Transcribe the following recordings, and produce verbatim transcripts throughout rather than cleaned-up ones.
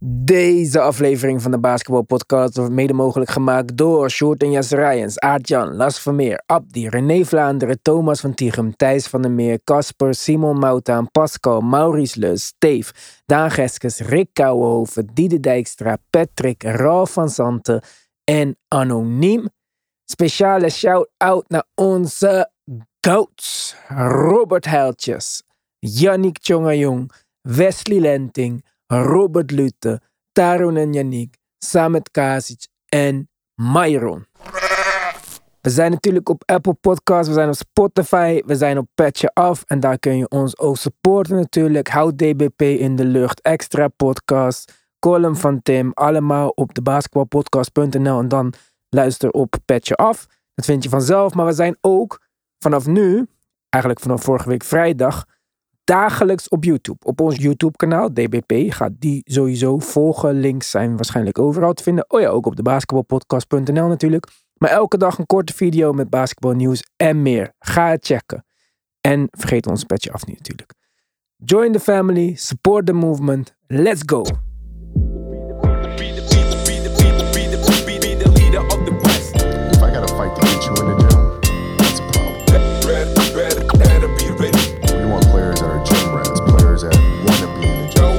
Deze aflevering van de Basketbalpodcast wordt mede mogelijk gemaakt door Sjoerd en Jas Rijens, Aart-Jan, Las Vermeer, Abdi, René Vlaanderen, Thomas van Tichem, Thijs van der Meer, Casper, Simon Moutaan, Pascal, Maurice Lus, Steve, Daan Geskes, Rick Kouwenhoven, Diede Dijkstra, Patrick, Ralf van Santen en Anoniem. Speciale shout-out naar onze goats, Robert Heiltjes, Yannick Tjongajong, Wesley Lenting, Robert Lute, Tarun en Yannick, Samet Kasic en Myron. We zijn natuurlijk op Apple Podcasts, we zijn op Spotify, we zijn op Petje Af en daar kun je ons ook supporten natuurlijk. Houd D B P in de lucht, extra podcast, column van Tim, allemaal op de basketbalpodcast punt n l en dan luister op Petje Af. Dat vind je vanzelf, maar we zijn ook vanaf nu, eigenlijk vanaf vorige week vrijdag, dagelijks op YouTube. Op ons YouTube kanaal, D B P, gaat die sowieso volgen. Links zijn waarschijnlijk overal te vinden. Oh ja, ook op de basketbalpodcast punt n l natuurlijk. Maar elke dag een korte video met basketbalnieuws en meer. Ga het checken. En vergeet ons petje af niet natuurlijk. Join the family, support the movement. Let's go! If I gotta fight to get you in the gym, that's a problem. We want players that are gym rats, players that want to be in the gym.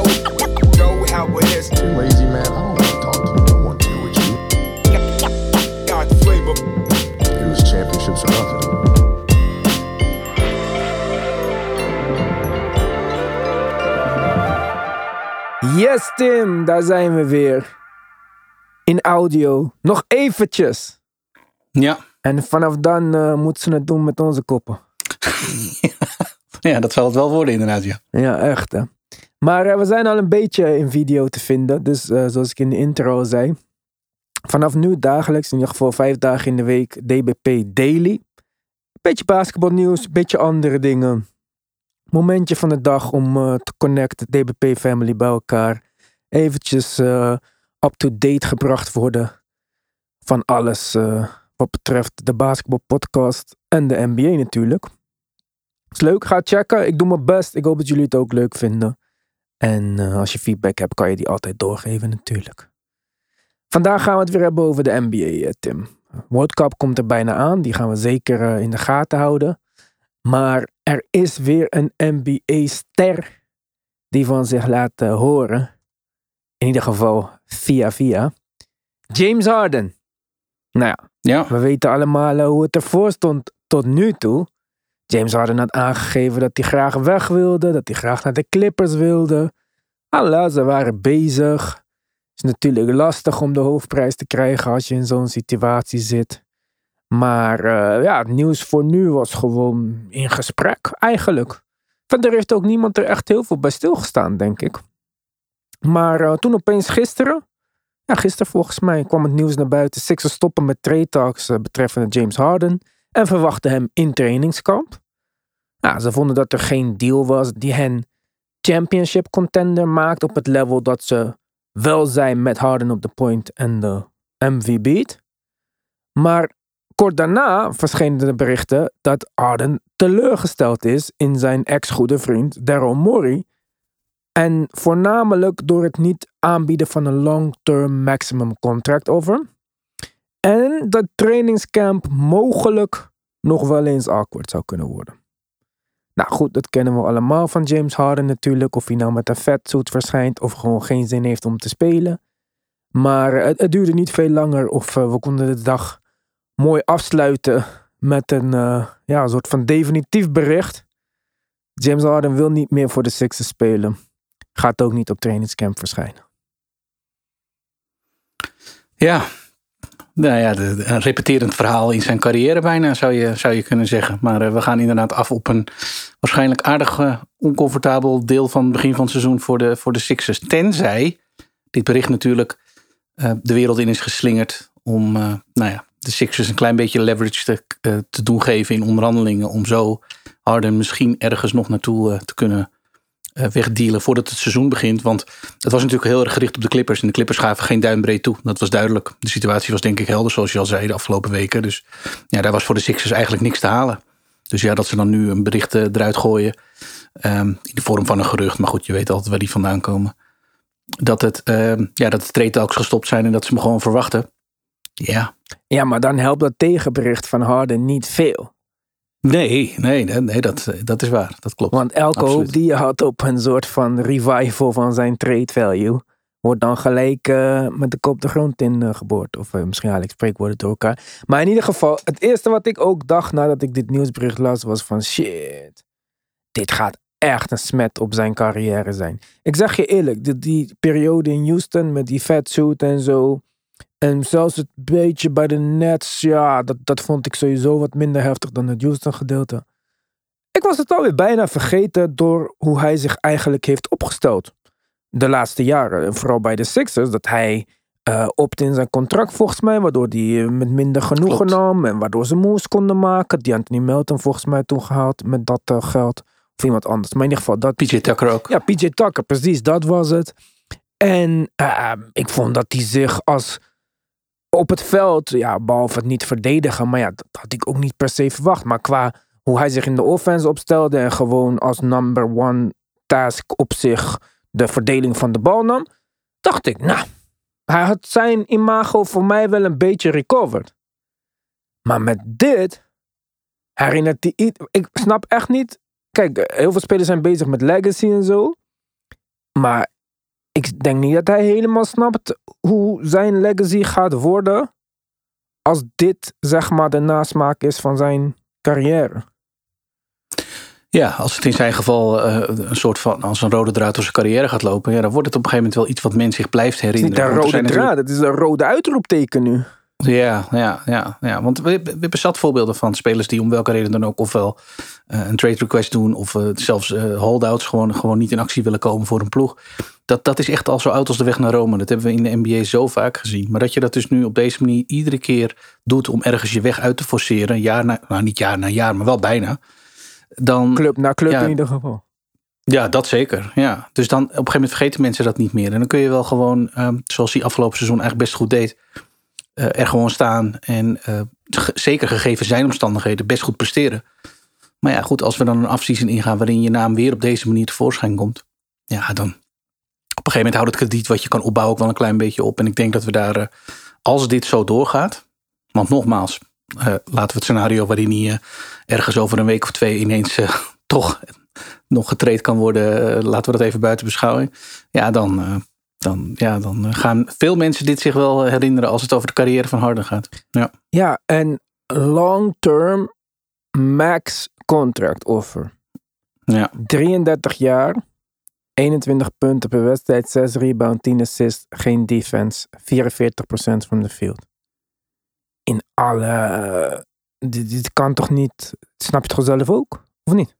You're lazy, man. I don't want to talk to you. I want to deal with you. It was championships or nothing. Yes, Tim, daar zijn we weer. In audio. Nog eventjes. Ja. En vanaf dan uh, moeten ze het doen met onze koppen. Ja, dat zal het wel worden inderdaad, ja. Ja, echt hè. Maar uh, we zijn al een beetje in video te vinden. Dus uh, zoals ik in de intro al zei. Vanaf nu dagelijks, in ieder geval vijf dagen in de week, D B P Daily. Beetje basketbalnieuws, beetje andere dingen. Momentje van de dag om uh, te connecten, D B P family bij elkaar. Eventjes uh, up-to-date gebracht worden van alles uh, wat betreft de basketbalpodcast en de N B A natuurlijk. Is leuk, ga checken. Ik doe mijn best. Ik hoop dat jullie het ook leuk vinden. En uh, als je feedback hebt, kan je die altijd doorgeven natuurlijk. Vandaag gaan we het weer hebben over de N B A, uh, Tim. World Cup komt er bijna aan. Die gaan we zeker uh, in de gaten houden. Maar er is weer een N B A-ster die van zich laat uh, horen. In ieder geval via via. James Harden. Nou ja, Ja. we weten allemaal uh, hoe het ervoor stond tot nu toe. James Harden had aangegeven dat hij graag weg wilde. Dat hij graag naar de Clippers wilde. Allah, ze waren bezig. Het is natuurlijk lastig om de hoofdprijs te krijgen als je in zo'n situatie zit. Maar uh, ja, het nieuws voor nu was gewoon in gesprek eigenlijk. Verder heeft ook niemand er echt heel veel bij stilgestaan, denk ik. Maar uh, toen opeens gisteren, ja gisteren volgens mij, kwam het nieuws naar buiten. Sixers stoppen met trade talks uh, betreffende James Harden. En verwachten hem in trainingskamp. Nou, ze vonden dat er geen deal was die hen championship contender maakt op het level dat ze wel zijn met Harden op de point en de M V P. Maar kort daarna verschenen de berichten dat Harden teleurgesteld is in zijn ex-goede vriend Daryl Morey. En voornamelijk door het niet aanbieden van een long-term maximum contract offer. En dat trainingscamp mogelijk nog wel eens awkward zou kunnen worden. Nou goed, dat kennen we allemaal van James Harden natuurlijk. Of hij nou met een fatsuit verschijnt of gewoon geen zin heeft om te spelen. Maar het, het duurde niet veel langer of uh, we konden de dag mooi afsluiten met een uh, ja, soort van definitief bericht. James Harden wil niet meer voor de Sixers spelen. Gaat ook niet op trainingscamp verschijnen. Ja. Nou ja, de, de, een repeterend verhaal in zijn carrière bijna, zou je, zou je kunnen zeggen. Maar uh, we gaan inderdaad af op een waarschijnlijk aardig uh, oncomfortabel deel van het begin van het seizoen voor de, voor de Sixers. Tenzij dit bericht natuurlijk uh, de wereld in is geslingerd om uh, nou ja, de Sixers een klein beetje leverage te, uh, te doen geven in onderhandelingen. Om zo Harden misschien ergens nog naartoe uh, te kunnen uh, wegdealen voordat het seizoen begint. Want het was natuurlijk heel erg gericht op de Clippers. En de Clippers gaven geen duimbreed toe. Dat was duidelijk. De situatie was denk ik helder, zoals je al zei, de afgelopen weken. Dus ja, daar was voor de Sixers eigenlijk niks te halen. Dus ja, dat ze dan nu een bericht uh, eruit gooien. Um, in de vorm van een gerucht. Maar goed, je weet altijd waar die vandaan komen. dat, het, uh, ja, dat de trade talks gestopt zijn en dat ze me gewoon verwachten. Ja. Ja, maar dan helpt dat tegenbericht van Harden niet veel. Nee, nee, nee dat, dat is waar. Dat klopt. Want elke Absoluut. hoop die je had op een soort van revival van zijn trade value, wordt dan gelijk uh, met de kop de grond in uh, geboord. Of uh, misschien haal ik spreekwoorden door elkaar. Maar in ieder geval, het eerste wat ik ook dacht nadat ik dit nieuwsbericht las, was van shit, dit gaat echt een smet op zijn carrière zijn. Ik zeg je eerlijk, die, die periode in Houston met die fatsuit en zo, en zelfs het beetje bij de Nets, ja, dat, dat vond ik sowieso wat minder heftig dan het Houston gedeelte. Ik was het alweer bijna vergeten door hoe hij zich eigenlijk heeft opgesteld de laatste jaren. En vooral bij de Sixers, dat hij uh, opt in zijn contract volgens mij, waardoor hij met minder genoegen nam en waardoor ze moves konden maken. Die Anthony Melton volgens mij toen gehaald met dat uh, geld. Of iemand anders. Maar in ieder geval dat. P J Tucker ook. Ja, P J Tucker, precies, dat was het. En uh, ik vond dat hij zich als op het veld, ja, behalve het niet verdedigen, maar ja, dat had ik ook niet per se verwacht. Maar qua hoe hij zich in de offense opstelde en gewoon als number one task op zich de verdeling van de bal nam, dacht ik, nou, hij had zijn imago voor mij wel een beetje recovered. Maar met dit herinnert hij, ik snap echt niet, kijk, heel veel spelers zijn bezig met legacy en zo, maar ik denk niet dat hij helemaal snapt hoe zijn legacy gaat worden als dit, zeg maar, de nasmaak is van zijn carrière. Ja, als het in zijn geval uh, een soort van als een rode draad door zijn carrière gaat lopen, ja, dan wordt het op een gegeven moment wel iets wat men zich blijft herinneren. Het is niet een rode draad, het is een rode uitroepteken nu. Ja, ja, ja, ja. Want we, we hebben zat voorbeelden van spelers die om welke reden dan ook ofwel uh, een trade request doen of uh, zelfs uh, holdouts gewoon, gewoon niet in actie willen komen voor een ploeg. Dat, dat is echt al zo oud als de weg naar Rome. Dat hebben we in de N B A zo vaak gezien. Maar dat je dat dus nu op deze manier iedere keer doet om ergens je weg uit te forceren, jaar na, nou niet jaar na jaar, maar wel bijna. Dan, club na club ja, in ieder geval. Ja, dat zeker. Ja. Dus dan op een gegeven moment vergeten mensen dat niet meer. En dan kun je wel gewoon, um, zoals hij afgelopen seizoen eigenlijk best goed deed, uh, er gewoon staan en uh, ge- zeker gegeven zijn omstandigheden best goed presteren. Maar ja, goed, als we dan een afseason ingaan waarin je naam weer op deze manier tevoorschijn komt, ja, dan op een gegeven moment houdt het krediet wat je kan opbouwen ook wel een klein beetje op. En ik denk dat we daar, uh, als dit zo doorgaat, want nogmaals, uh, laten we het scenario waarin hij uh, ergens over een week of twee ineens uh, toch nog getraind kan worden, uh, laten we dat even buiten beschouwing. Ja, dan, uh, dan, ja, dan gaan veel mensen dit zich wel herinneren als het over de carrière van Harden gaat. Ja, ja, en long-term max contract offer. Ja. drieëndertig jaar, eenentwintig punten per wedstrijd, zes rebound, tien assists, geen defense, vierenveertig procent van de field. In alle... Dit, dit kan toch niet... Snap je het gewoon zelf ook? Of niet?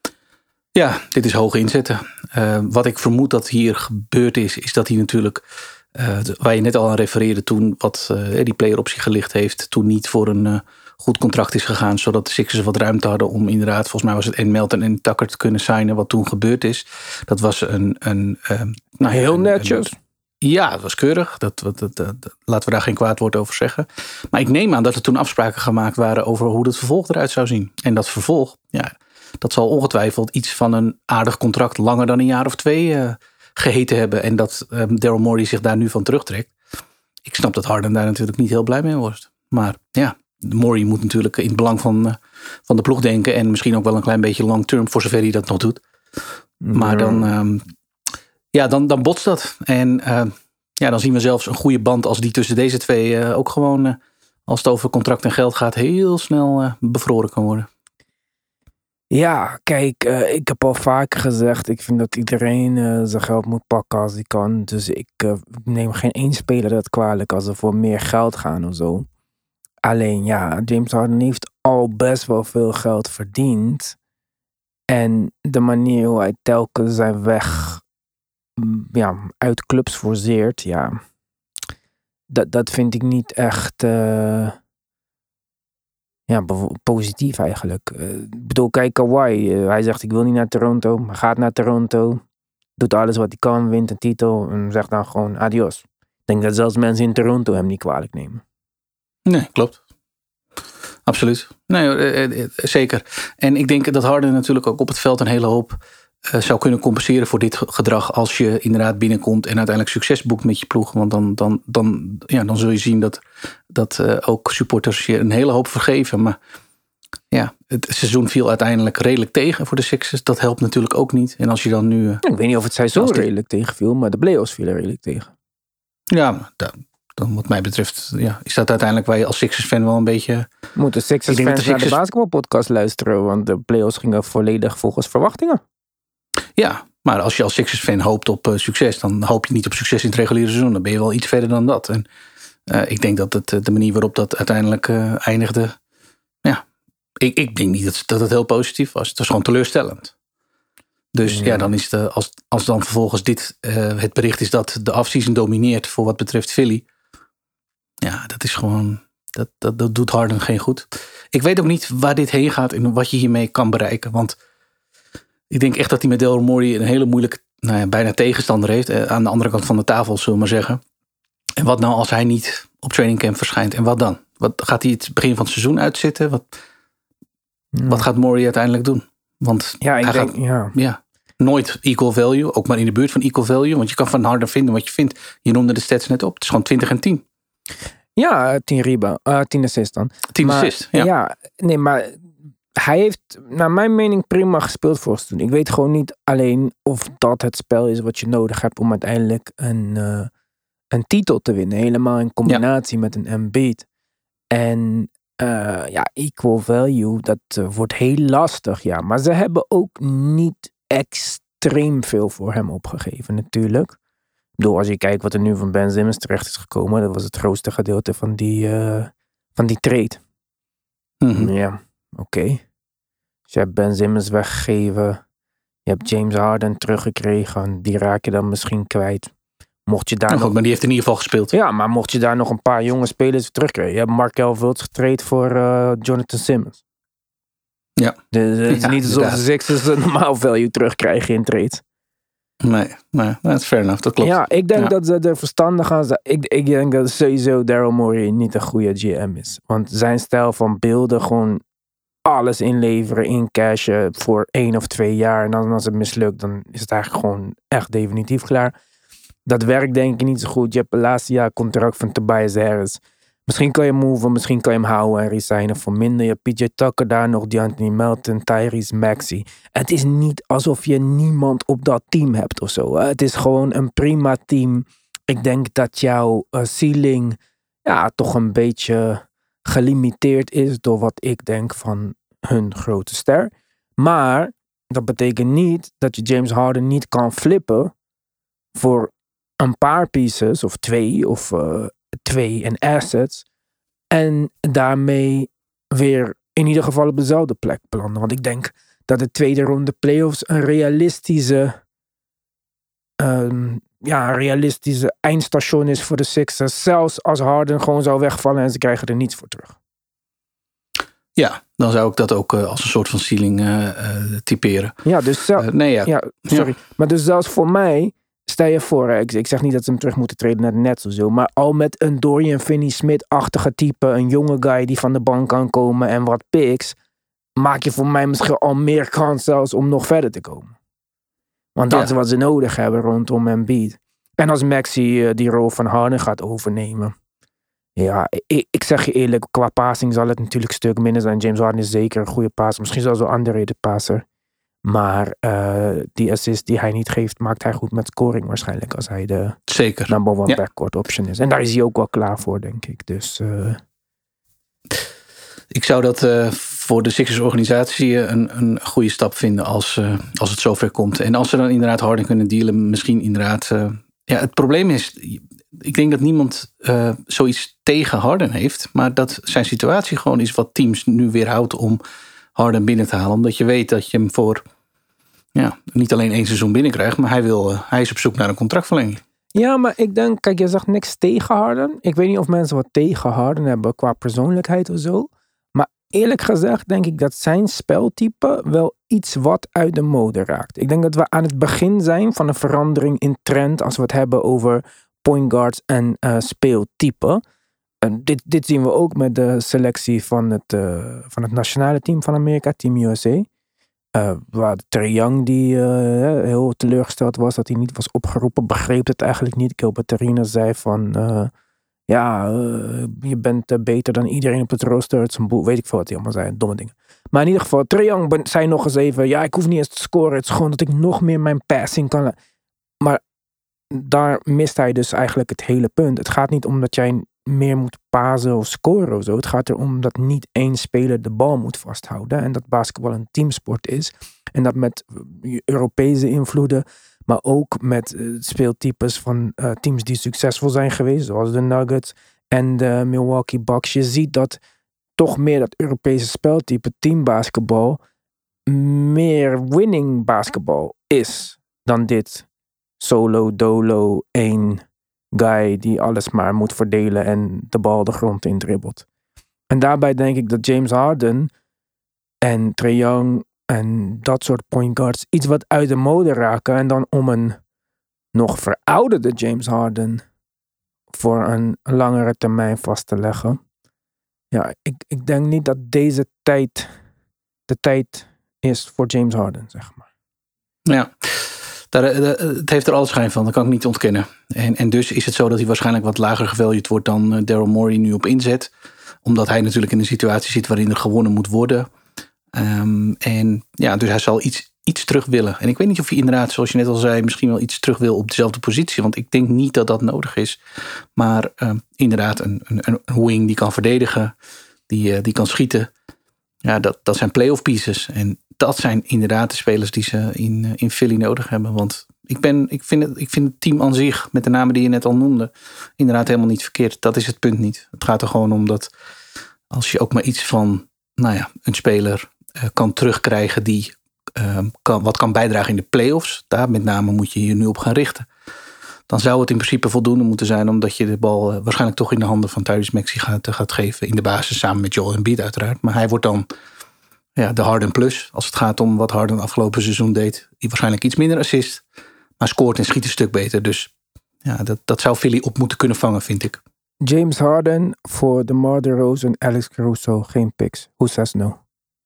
Ja, dit is hoog inzetten. Uh, wat ik vermoed dat hier gebeurd is, is dat hij natuurlijk, uh, waar je net al aan refereerde toen, wat uh, die player optie gelicht heeft, toen niet voor een uh, goed contract is gegaan, zodat de Sixers wat ruimte hadden om inderdaad, volgens mij was het en Melton en Tucker te kunnen signen, wat toen gebeurd is. Dat was een... een uh, nou, heel een, netjes. Een, ja, het was keurig. Dat, dat, dat, dat, laten we daar geen kwaad woord over zeggen. Maar ik neem aan dat er toen afspraken gemaakt waren over hoe het vervolg eruit zou zien. En dat vervolg, ja, dat zal ongetwijfeld iets van een aardig contract langer dan een jaar of twee uh, geheten hebben. En dat um, Daryl Morey zich daar nu van terugtrekt. Ik snap dat Harden daar natuurlijk niet heel blij mee wordt. Maar ja, Morey moet natuurlijk in het belang van, uh, van de ploeg denken. En misschien ook wel een klein beetje long term, voor zover hij dat nog doet. Maar dan, um, ja, dan, dan botst dat. En uh, ja, dan zien we zelfs een goede band als die tussen deze twee uh, ook gewoon, uh, als het over contract en geld gaat, heel snel uh, bevroren kan worden. Ja, kijk, uh, ik heb al vaker gezegd, ik vind dat iedereen uh, zijn geld moet pakken als hij kan. Dus ik uh, neem geen één speler dat kwalijk als ze voor meer geld gaan of zo. Alleen ja, James Harden heeft al best wel veel geld verdiend. En de manier hoe hij telkens zijn weg ja, uit clubs forceert, ja, dat, dat vind ik niet echt... Uh, Ja, positief eigenlijk. Ik bedoel, kijk, Kawhi. Uh, hij zegt, ik wil niet naar Toronto. Hij gaat naar Toronto. Doet alles wat hij kan. Wint een titel. En zegt dan gewoon adios. Ik denk dat zelfs mensen in Toronto hem niet kwalijk nemen. Nee, klopt. Absoluut. Nee, uh, uh, zeker. En ik denk dat Harden natuurlijk ook op het veld een hele hoop uh, zou kunnen compenseren voor dit gedrag als je inderdaad binnenkomt en uiteindelijk succes boekt met je ploeg. Want dan, dan, dan, ja, dan zul je zien dat, dat uh, ook supporters je een hele hoop vergeven. Maar ja, het seizoen viel uiteindelijk redelijk tegen voor de Sixers. Dat helpt natuurlijk ook niet. En als je dan nu... Uh, ik weet niet of het seizoen dit... redelijk tegenviel, maar de play-offs vielen redelijk tegen. Ja, maar dat, dan wat mij betreft ja, is dat uiteindelijk waar je als Sixers-fan wel een beetje... Moeten Sixers fans de Sixers... naar de basketbalpodcast luisteren, want de play-offs gingen volledig volgens verwachtingen. Ja, maar als je als Sixers-fan hoopt op uh, succes, dan hoop je niet op succes in het reguliere seizoen. Dan ben je wel iets verder dan dat. En uh, ik denk dat het, de manier waarop dat uiteindelijk uh, eindigde... Ja, ik, ik denk niet dat, dat het heel positief was. Het was gewoon teleurstellend. Dus ja, ja dan is het, als, als dan vervolgens dit uh, het bericht is dat de offseason domineert voor wat betreft Philly. Ja, dat is gewoon, dat, dat, dat doet Harden geen goed. Ik weet ook niet waar dit heen gaat en wat je hiermee kan bereiken. Want ik denk echt dat hij met Daryl Morey een hele moeilijke, nou ja, bijna tegenstander heeft. Uh, aan de andere kant van de tafel, zullen we maar zeggen. En wat nou als hij niet op training camp verschijnt? En wat dan? Wat, gaat hij het begin van het seizoen uitzitten? Wat, ja. wat gaat Morey uiteindelijk doen? Want ja, ik hij denk, gaat ja. Ja, nooit equal value. Ook maar in de buurt van equal value. Want je kan van Harden vinden wat je vindt. Je noemde de stats net op. Het is gewoon twintig en tien. Ja, tien rebound. Uh, tien assist dan. tien assist, ja. ja. Nee, maar hij heeft naar mijn mening prima gespeeld voor seizoen. Ik weet gewoon niet alleen of dat het spel is wat je nodig hebt om uiteindelijk een, uh, een titel te winnen. Helemaal in combinatie ja. met een Embiid. En uh, ja, equal value, dat uh, wordt heel lastig, ja. Maar ze hebben ook niet extreem veel voor hem opgegeven, natuurlijk. Ik bedoel, als je kijkt wat er nu van Ben Simmons terecht is gekomen, dat was het grootste gedeelte van die, uh, van die trade. Mm-hmm. Ja, oké. Okay. Dus je hebt Ben Simmons weggegeven. Je hebt James Harden teruggekregen. Die raak je dan misschien kwijt. Mocht je daar nou, nog... goed, maar die heeft in ieder geval gespeeld. Ja, maar mocht je daar nog een paar jonge spelers terugkrijgen. Je hebt Markel Fultz getraind voor uh, Jonathan Simmons. Ja. Dus het is ja, niet alsof de Sixers een normaal value terugkrijgen in trades. Nee, nee, dat is fair enough, dat klopt. Ja, ik denk ja. dat ze er verstandig gaan zijn. Ik, ik denk dat sowieso Daryl Morey niet een goede G M is. Want zijn stijl van beelden, gewoon alles inleveren, incashen voor één of twee jaar. En dan als het mislukt, dan is het eigenlijk gewoon echt definitief klaar. Dat werkt denk ik niet zo goed. Je hebt het laatste jaar contract van Tobias Harris. Misschien kan je hem moven, misschien kan je hem houden en resignen voor minder. Je hebt P J Tucker daar nog, D'Anthony Melton, Tyrese Maxey. Het is niet alsof je niemand op dat team hebt of zo. Het is gewoon een prima team. Ik denk dat jouw uh, ceiling ja, toch een beetje gelimiteerd is door wat ik denk van hun grote ster. Maar dat betekent niet dat je James Harden niet kan flippen voor een paar pieces of twee of uh, twee en assets en daarmee weer in ieder geval op dezelfde plek belanden. Want ik denk dat de tweede ronde playoffs een realistische um, ja, een realistische eindstation is voor de Sixers. Zelfs als Harden gewoon zou wegvallen en ze krijgen er niets voor terug. Ja, dan zou ik dat ook uh, als een soort van ceiling uh, uh, typeren. Ja, dus zelf, uh, nee, ja. ja, sorry. Ja. Maar dus zelfs voor mij, stel je voor, ik, ik zeg niet dat ze hem terug moeten treden naar de Nets of zo, maar al met een Dorian Finney-Smith-achtige type, een jonge guy die van de bank kan komen en wat picks, maak je voor mij misschien al meer kans zelfs om nog verder te komen. Want dat ja. is wat ze nodig hebben rondom Embiid. En als Maxey uh, die rol van Harden gaat overnemen. Ja, ik, ik zeg je eerlijk, qua passing zal het natuurlijk een stuk minder zijn. James Harden is zeker een goede passer. Misschien zelfs wel een underrated passer. Maar uh, die assist die hij niet geeft, maakt hij goed met scoring waarschijnlijk. Als hij de zeker. number one ja. backcourt option is. En daar is hij ook wel klaar voor, denk ik. Dus... Uh... Ik zou dat uh, voor de Sixers organisatie een, een goede stap vinden als, uh, als het zover komt. En als ze dan inderdaad Harden kunnen dealen, misschien inderdaad... Uh, ja, het probleem is, ik denk dat niemand uh, zoiets tegen Harden heeft. Maar dat zijn situatie gewoon is wat teams nu weerhoudt om Harden binnen te halen. Omdat je weet dat je hem voor ja, niet alleen één seizoen binnenkrijgt, maar hij, wil, uh, hij is op zoek naar een contractverlenging. Ja, maar ik denk, kijk, je zegt niks tegen Harden. Ik weet niet of mensen wat tegen Harden hebben qua persoonlijkheid of zo. Maar eerlijk gezegd denk ik dat zijn speltype wel iets wat uit de mode raakt. Ik denk dat we aan het begin zijn van een verandering in trend als we het hebben over point guards en uh, speeltype. En dit, dit zien we ook met de selectie van het, uh, van het nationale team van Amerika, Team U S A. Uh, waar Trae Young die uh, heel teleurgesteld was dat hij niet was opgeroepen, begreep het eigenlijk niet. Gilbert Arenas zei van uh, ja, uh, je bent uh, beter dan iedereen op het rooster. Het is een boel, weet ik veel wat hij allemaal zei, domme dingen. Maar in ieder geval, Trae Young zei nog eens even, ja, ik hoef niet eens te scoren. Het is gewoon dat ik nog meer mijn passing kan. Maar daar mist hij dus eigenlijk het hele punt. Het gaat niet om dat jij meer moet pasen of scoren of zo. Het gaat erom dat niet één speler de bal moet vasthouden. En dat basketbal een teamsport is. En dat met Europese invloeden, maar ook met uh, speeltypes van uh, teams die succesvol zijn geweest, zoals de Nuggets en de Milwaukee Bucks. Je ziet dat toch meer dat Europese speltype, teambasketbal, meer winning basketbal is dan dit solo, dolo, één guy die alles maar moet verdelen en de bal de grond in dribbelt. En daarbij denk ik dat James Harden en Trae Young en dat soort point guards iets wat uit de mode raken. En dan om een nog verouderde James Harden voor een langere termijn vast te leggen. Ja, ik, ik denk niet dat deze tijd de tijd is voor James Harden, zeg maar. Ja, daar, het heeft er al schijn van, dat kan ik niet ontkennen. En, en dus is het zo dat hij waarschijnlijk wat lager gevalued wordt dan Daryl Morey nu op inzet. Omdat hij natuurlijk in een situatie zit waarin er gewonnen moet worden. Um, en ja, dus hij zal iets, iets terug willen. En ik weet niet of hij inderdaad, zoals je net al zei, misschien wel iets terug wil op dezelfde positie. Want ik denk niet dat dat nodig is. Maar um, inderdaad, een, een, een wing die kan verdedigen, die, uh, die kan schieten. Ja, dat, dat zijn playoff pieces. En dat zijn inderdaad de spelers die ze in, uh, in Philly nodig hebben. Want ik, ben, ik, vind het, ik vind het team aan zich, met de namen die je net al noemde, inderdaad helemaal niet verkeerd. Dat is het punt niet. Het gaat er gewoon om dat als je ook maar iets van, nou ja, een speler uh, kan terugkrijgen die uh, kan, wat kan bijdragen in de playoffs. Daar met name moet je je nu op gaan richten. Dan zou het in principe voldoende moeten zijn, omdat je de bal uh, waarschijnlijk toch in de handen van Tyrese Maxey gaat, uh, gaat geven. In de basis samen met Joel Embiid uiteraard. Maar hij wordt dan ja, de Harden plus. Als het gaat om wat Harden afgelopen seizoen deed. Die waarschijnlijk iets minder assist. Maar scoort en schiet een stuk beter. Dus ja, dat, dat zou Philly op moeten kunnen vangen, vind ik. James Harden voor DeMar DeRozan en Alex Caruso. Geen picks. Who says no?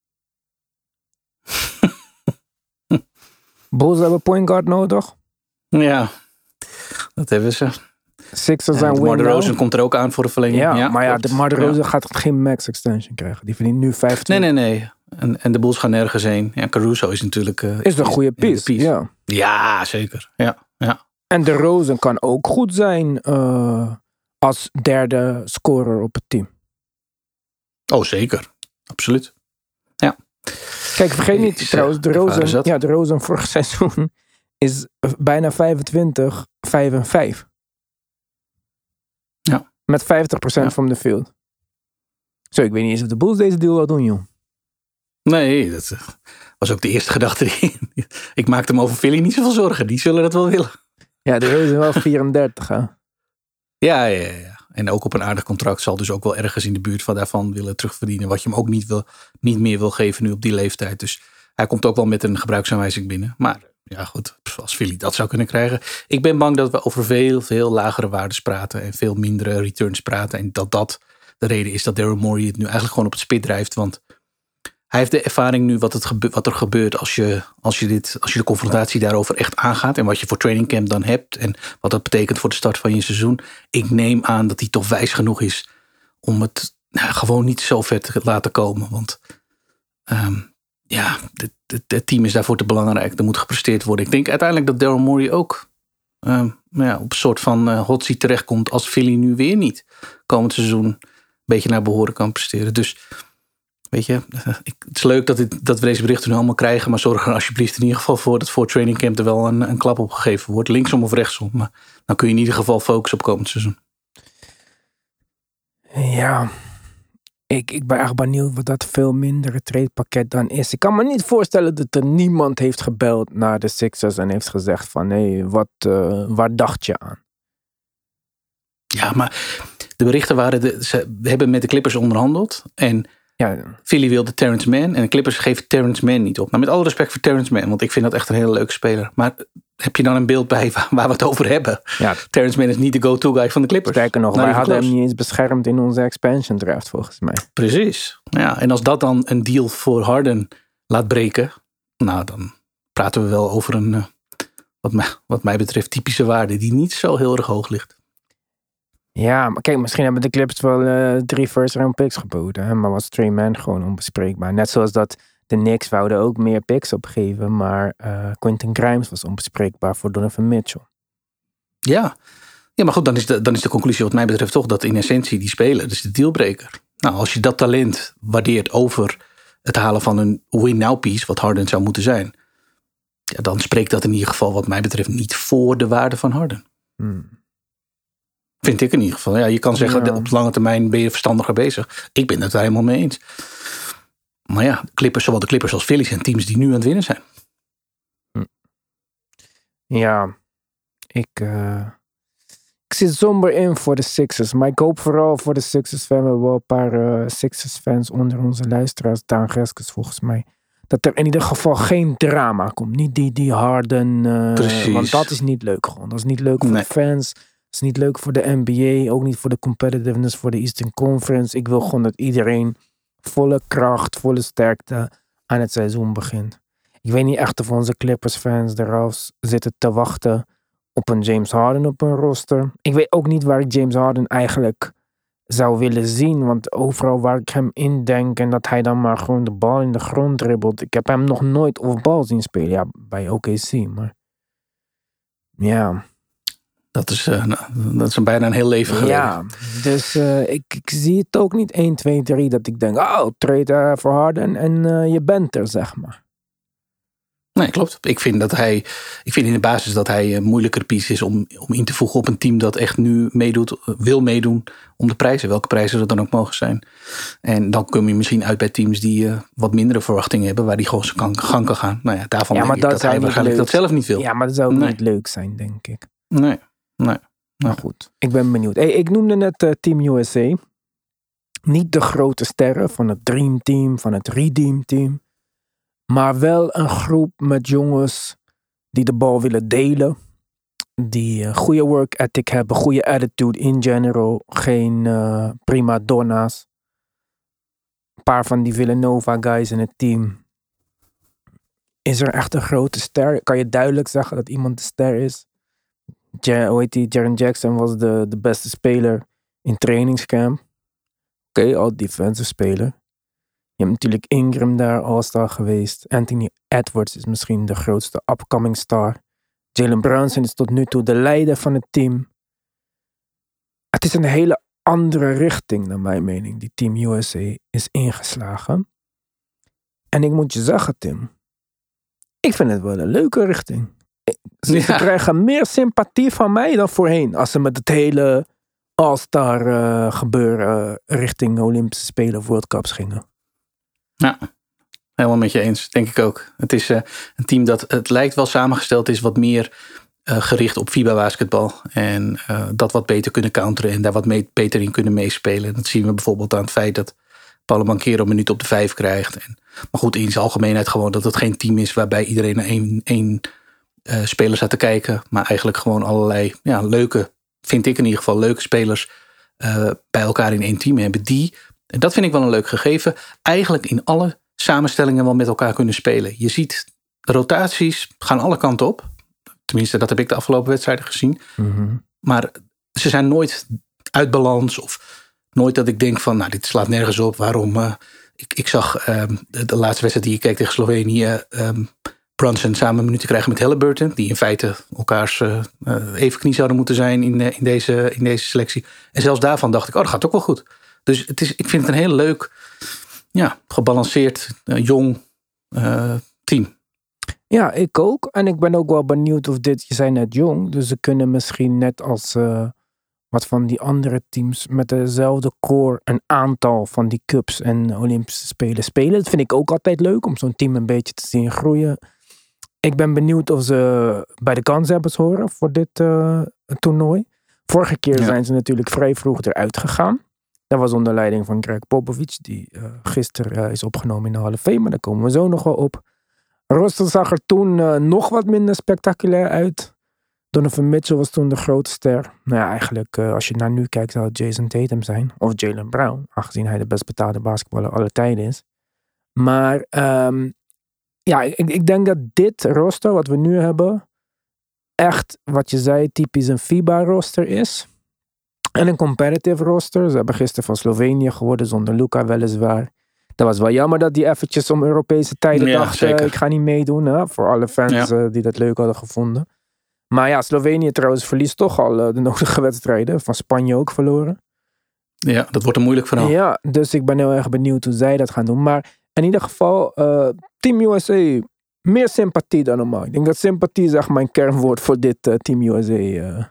Bulls hebben point guard nodig. Ja, dat hebben ze. Sixers ja, en DeMar DeRozan komt er ook aan voor de verlenging. Ja, ja maar ja, DeMar DeRozan ja. gaat geen max extension krijgen. Die verdient nu vijftien. Nee, nee, nee. En, en de Bulls gaan nergens heen. Ja, Caruso is natuurlijk Uh, is een goede piece. piece. Ja. ja, zeker. Ja, ja. En DeRozan kan ook goed zijn uh, als derde scorer op het team. Oh, zeker. Absoluut. Ja. Kijk, vergeet niet is, trouwens, DeRozan, ja, DeRozan vorig seizoen is bijna vijfentwintig, vijf en vijf. Ja. Met vijftig procent ja. van de field. Zo, ik weet niet eens of de Bulls deze deal wel doen, joh. Nee, dat was ook de eerste gedachte. Die, ik maakte me over Philly niet zoveel zorgen. Die zullen dat wel willen. Ja, DeRozan is wel vierendertig, hè? Ja, ja, ja. En ook op een aardig contract zal dus ook wel ergens in de buurt van daarvan willen terugverdienen. Wat je hem ook niet, wil, niet meer wil geven nu op die leeftijd. Dus hij komt ook wel met een gebruiksaanwijzing binnen. Maar ja, goed, als Philly dat zou kunnen krijgen. Ik ben bang dat we over veel, veel lagere waardes praten. En veel mindere returns praten. En dat dat de reden is dat Daryl Morey het nu eigenlijk gewoon op het spit drijft. Want hij heeft de ervaring nu wat, het gebe- wat er gebeurt als je, als, je dit, als je de confrontatie daarover echt aangaat. En wat je voor training camp dan hebt. En wat dat betekent voor de start van je seizoen. Ik neem aan dat hij toch wijs genoeg is om het nou, gewoon niet zo ver te laten komen. Want um, ja, het team is daarvoor te belangrijk. Er moet gepresteerd worden. Ik denk uiteindelijk dat Daryl Morey ook um, ja, op een soort van uh, hot seat terechtkomt als Philly nu weer niet komend seizoen een beetje naar behoren kan presteren. Dus weet je, het is leuk dat, dit, dat we deze berichten nu allemaal krijgen. Maar zorg er alsjeblieft in ieder geval voor dat voor training camp er wel een, een klap op gegeven wordt. Linksom of rechtsom. Maar dan kun je in ieder geval focussen op komend seizoen. Ja, ik, ik ben echt benieuwd wat dat veel mindere tradepakket dan is. Ik kan me niet voorstellen dat er niemand heeft gebeld naar de Sixers en heeft gezegd van hé, hey, wat, uh, waar dacht je aan? Ja, maar de berichten waren, de, ze hebben met de Clippers onderhandeld en ja. Philly wilde Terrence Mann en de Clippers geven Terrence Mann niet op. Nou, met alle respect voor Terrence Mann, want ik vind dat echt een hele leuke speler. Maar heb je dan een beeld bij waar, waar we het over hebben? Ja. Terrence Mann is niet de go-to guy van de Clippers. Sterker nog, nou, wij hadden close. hem niet eens beschermd in onze expansion draft volgens mij. Precies. Ja, en als dat dan een deal voor Harden laat breken, nou dan praten we wel over een, uh, wat, mij, wat mij betreft, typische waarde die niet zo heel erg hoog ligt. Ja, maar kijk, misschien hebben de Clippers wel uh, drie first round picks geboden. Hè? Maar was Trey Mann gewoon onbespreekbaar. Net zoals dat de Knicks wouden ook meer picks opgeven. Maar uh, Quentin Grimes was onbespreekbaar voor Donovan Mitchell. Ja, ja maar goed, dan is, de, dan is de conclusie wat mij betreft toch dat in essentie die speler, dus de dealbreaker. Nou, als je dat talent waardeert over het halen van een win-now piece, wat Harden zou moeten zijn. Ja, dan spreekt dat in ieder geval wat mij betreft niet voor de waarde van Harden. Hmm. Vind ik in ieder geval. Ja, je kan zeggen, ja. op lange termijn ben je verstandiger bezig. Ik ben het daar helemaal mee eens. Maar ja, de Clippers, zowel de Clippers als Phillies zijn teams die nu aan het winnen zijn. Ja, ik, uh, ik zit somber in voor de Sixers. Maar ik hoop vooral voor de Sixers. We hebben wel een paar uh, Sixers fans onder onze luisteraars. Daan Geskes volgens mij. Dat er in ieder geval geen drama komt. Niet die, die Harden. Uh, Precies. Want dat is niet leuk gewoon. Dat is niet leuk voor nee. de fans. Dat is niet leuk voor de N B A. Ook niet voor de competitiveness voor de Eastern Conference. Ik wil gewoon dat iedereen volle kracht, volle sterkte aan het seizoen begint. Ik weet niet echt of onze Clippers fans eraf zitten te wachten op een James Harden op een roster. Ik weet ook niet waar ik James Harden eigenlijk zou willen zien. Want overal waar ik hem in denk en dat hij dan maar gewoon de bal in de grond dribbelt. Ik heb hem nog nooit off-bal zien spelen. Ja, bij O K C. Maar ja... Dat is, uh, dat is een bijna een heel leven geleden. Ja, dus uh, ik, ik zie het ook niet één, twee, drie dat ik denk, oh, trade uh, voor Harden en uh, je bent er, zeg maar. Nee, klopt. Ik vind dat hij, ik vind in de basis dat hij een moeilijker piece is om, om in te voegen op een team dat echt nu meedoet, wil meedoen om de prijzen, welke prijzen er dan ook mogen zijn. En dan kom je misschien uit bij teams die uh, wat mindere verwachtingen hebben, waar die gewoon zijn gang kan gaan. Nou ja, daarvan ja, denk ik dat, dat hij waarschijnlijk leuk. dat zelf niet wil. Ja, maar dat zou ook nee. niet leuk zijn, denk ik. Nee, nee. Maar goed, ik ben benieuwd. Hey, ik noemde net uh, Team U S A. Niet de grote sterren van het Dream Team, van het Redeem Team. Maar wel een groep met jongens die de bal willen delen. Die uh, goede work ethic hebben, goede attitude in general. Geen uh, prima donna's. Een paar van die Villanova guys in het team. Is er echt een grote ster? Kan je duidelijk zeggen dat iemand de ster is? Ja, hoe heet die? Jaren Jackson was de, de beste speler in trainingscamp. Oké, okay, al defensive speler. Je hebt natuurlijk Ingram daar, all-star geweest. Anthony Edwards is misschien de grootste upcoming star. Jalen Brunson is tot nu toe de leider van het team. Het is een hele andere richting, naar mijn mening, die Team U S A is ingeslagen. En ik moet je zeggen, Tim, ik vind het wel een leuke richting. Ze, ja. ze krijgen meer sympathie van mij dan voorheen. Als ze met het hele All-Star uh, gebeuren richting Olympische Spelen of World Cups gingen. Ja, helemaal met je eens. Denk ik ook. Het is uh, een team dat, het lijkt wel samengesteld is wat meer uh, gericht op FIBA basketbal. En uh, dat wat beter kunnen counteren en daar wat mee, beter in kunnen meespelen. Dat zien we bijvoorbeeld aan het feit dat Paolo Banchero een minuut op de vijf krijgt. En, maar goed, in zijn algemeenheid gewoon dat het geen team is waarbij iedereen naar één... één Uh, spelers aan te kijken, maar eigenlijk gewoon allerlei ja, leuke, vind ik in ieder geval leuke spelers uh, bij elkaar in één team hebben die, en dat vind ik wel een leuk gegeven, eigenlijk in alle samenstellingen wel met elkaar kunnen spelen. Je ziet rotaties gaan alle kanten op, tenminste dat heb ik de afgelopen wedstrijden gezien, Mm-hmm. maar ze zijn nooit uit balans of nooit dat ik denk van nou dit slaat nergens op, waarom uh, ik, ik zag uh, de, de laatste wedstrijd die ik keek tegen Slovenië, um, Brunson samen een minuut te krijgen met Halliburton, die in feite elkaars uh, even knie zouden moeten zijn in, uh, in, deze, in deze selectie. En zelfs daarvan dacht ik, oh, dat gaat ook wel goed. Dus het is, ik vind het een heel leuk, ja, gebalanceerd, uh, jong uh, team. Ja, ik ook. En ik ben ook wel benieuwd of dit, je zei net jong, dus ze kunnen misschien net als uh, wat van die andere teams met dezelfde core een aantal van die cups en Olympische Spelen spelen. Dat vind ik ook altijd leuk, om zo'n team een beetje te zien groeien. Ik ben benieuwd of ze bij de kanshebbers horen voor dit uh, toernooi. Vorige keer ja. zijn ze natuurlijk vrij vroeg eruit gegaan. Dat was onder leiding van Greg Popovich, die uh, gisteren uh, is opgenomen in de Hall of Fame. Maar daar komen we zo nog wel op. Roster zag er toen uh, nog wat minder spectaculair uit. Donovan Mitchell was toen de grote ster. Nou ja, eigenlijk uh, als je naar nu kijkt zou het Jason Tatum zijn. Of Jaylen Brown, aangezien hij de best betaalde basketballer aller tijden is. Maar um, ja, ik, ik denk dat dit roster wat we nu hebben echt, wat je zei, typisch een FIBA-roster is. En een competitive roster. Ze hebben gisteren van Slovenië geworden zonder Luka weliswaar. Dat was wel jammer dat die eventjes om Europese tijden Ja, dachten, zeker. ik ga niet meedoen. Hè, voor alle fans Ja. uh, die dat leuk hadden gevonden. Maar ja, Slovenië trouwens verliest toch al uh, de nodige wedstrijden. Van Spanje ook verloren. Ja, dat wordt een moeilijk verhaal. Ja, dus ik ben heel erg benieuwd hoe zij dat gaan doen. Maar in ieder geval, uh, Team U S A, meer sympathie dan normaal. Ik denk dat sympathie is echt mijn kernwoord voor dit uh, Team U S A. Uh.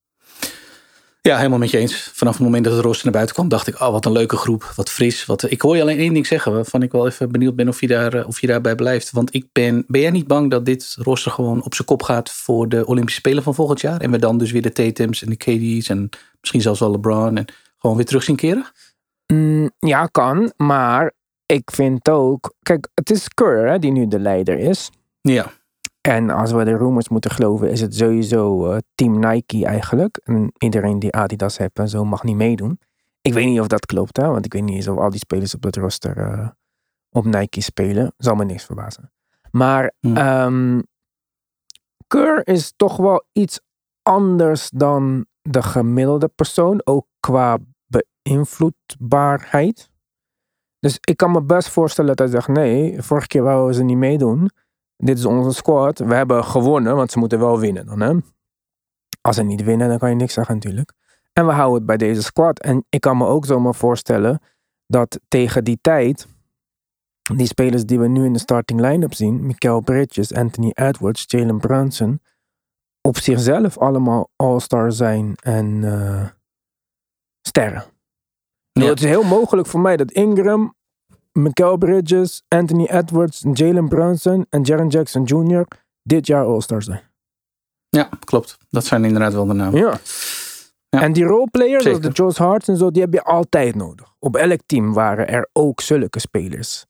Ja, helemaal met je eens. Vanaf het moment dat het roster naar buiten kwam, dacht ik, oh, wat een leuke groep. Wat fris. Wat... Ik hoor je alleen één ding zeggen, waarvan ik wel even benieuwd ben of je, daar, of je daarbij blijft. Want ik ben, ben jij niet bang dat dit roster gewoon op zijn kop gaat voor de Olympische Spelen van volgend jaar? En we dan dus weer de Tatums en de K D's en misschien zelfs wel LeBron en gewoon weer terug zien keren? Mm, ja, kan. Maar ik vind ook, kijk, het is Kerr hè, die nu de leider is. Ja. En als we de rumors moeten geloven, is het sowieso uh, Team Nike eigenlijk. En iedereen die Adidas heeft en zo mag niet meedoen. Ik weet niet of dat klopt, hè? Want ik weet niet eens of al die spelers op dat roster uh, op Nike spelen. Zal me niks verbazen. Maar Hmm. um, Kerr is toch wel iets anders dan de gemiddelde persoon. Ook qua beïnvloedbaarheid. Dus ik kan me best voorstellen dat hij zegt, nee, vorige keer wouden ze niet meedoen. Dit is onze squad. We hebben gewonnen, want ze moeten wel winnen dan, hè. Als ze niet winnen, dan kan je niks zeggen natuurlijk. En we houden het bij deze squad. En ik kan me ook zomaar voorstellen dat tegen die tijd die spelers die we nu in de starting line-up zien, Mikal Bridges, Anthony Edwards, Jalen Brunson, op zichzelf allemaal all-star zijn en uh, sterren. Ja. Het is heel mogelijk voor mij dat Ingram, Mikal Bridges, Anthony Edwards, Jalen Brunson en Jaren Jackson junior dit jaar all-stars zijn. Ja, klopt. Dat zijn inderdaad wel de namen. Ja. Ja. En die roleplayers, Zeker. zoals de Josh Harts en zo, die heb je altijd nodig. Op elk team waren er ook zulke spelers.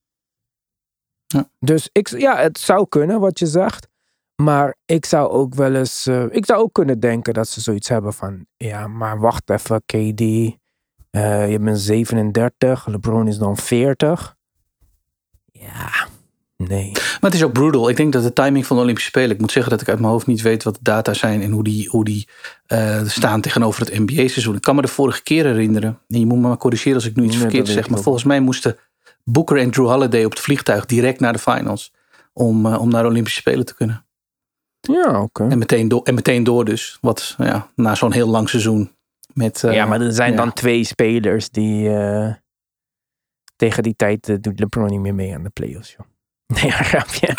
Ja. Dus ik, ja, het zou kunnen wat je zegt. Maar ik zou ook wel eens, uh, ik zou ook kunnen denken dat ze zoiets hebben van, ja, maar wacht even, K D, uh, je bent zevenendertig, LeBron is dan veertig. Ja, nee. Maar het is ook brutal. Ik denk dat de timing van de Olympische Spelen, ik moet zeggen dat ik uit mijn hoofd niet weet wat de data zijn en hoe die, hoe die uh, staan tegenover het N B A-seizoen. Ik kan me de vorige keer herinneren, en je moet me maar corrigeren als ik nu iets Nee, verkeerd dat zeg, weet maar ik volgens mij moesten Booker en Drew Holiday op het vliegtuig direct naar de finals om, uh, om naar de Olympische Spelen te kunnen. Ja, oké. Okay. En, meteen do- en meteen door dus. Wat ja, na zo'n heel lang seizoen. Met, uh, ja, maar er zijn ja. dan twee spelers die uh, tegen die tijd uh, doet LeBron niet meer mee aan de playoffs, joh. Nee, grapje.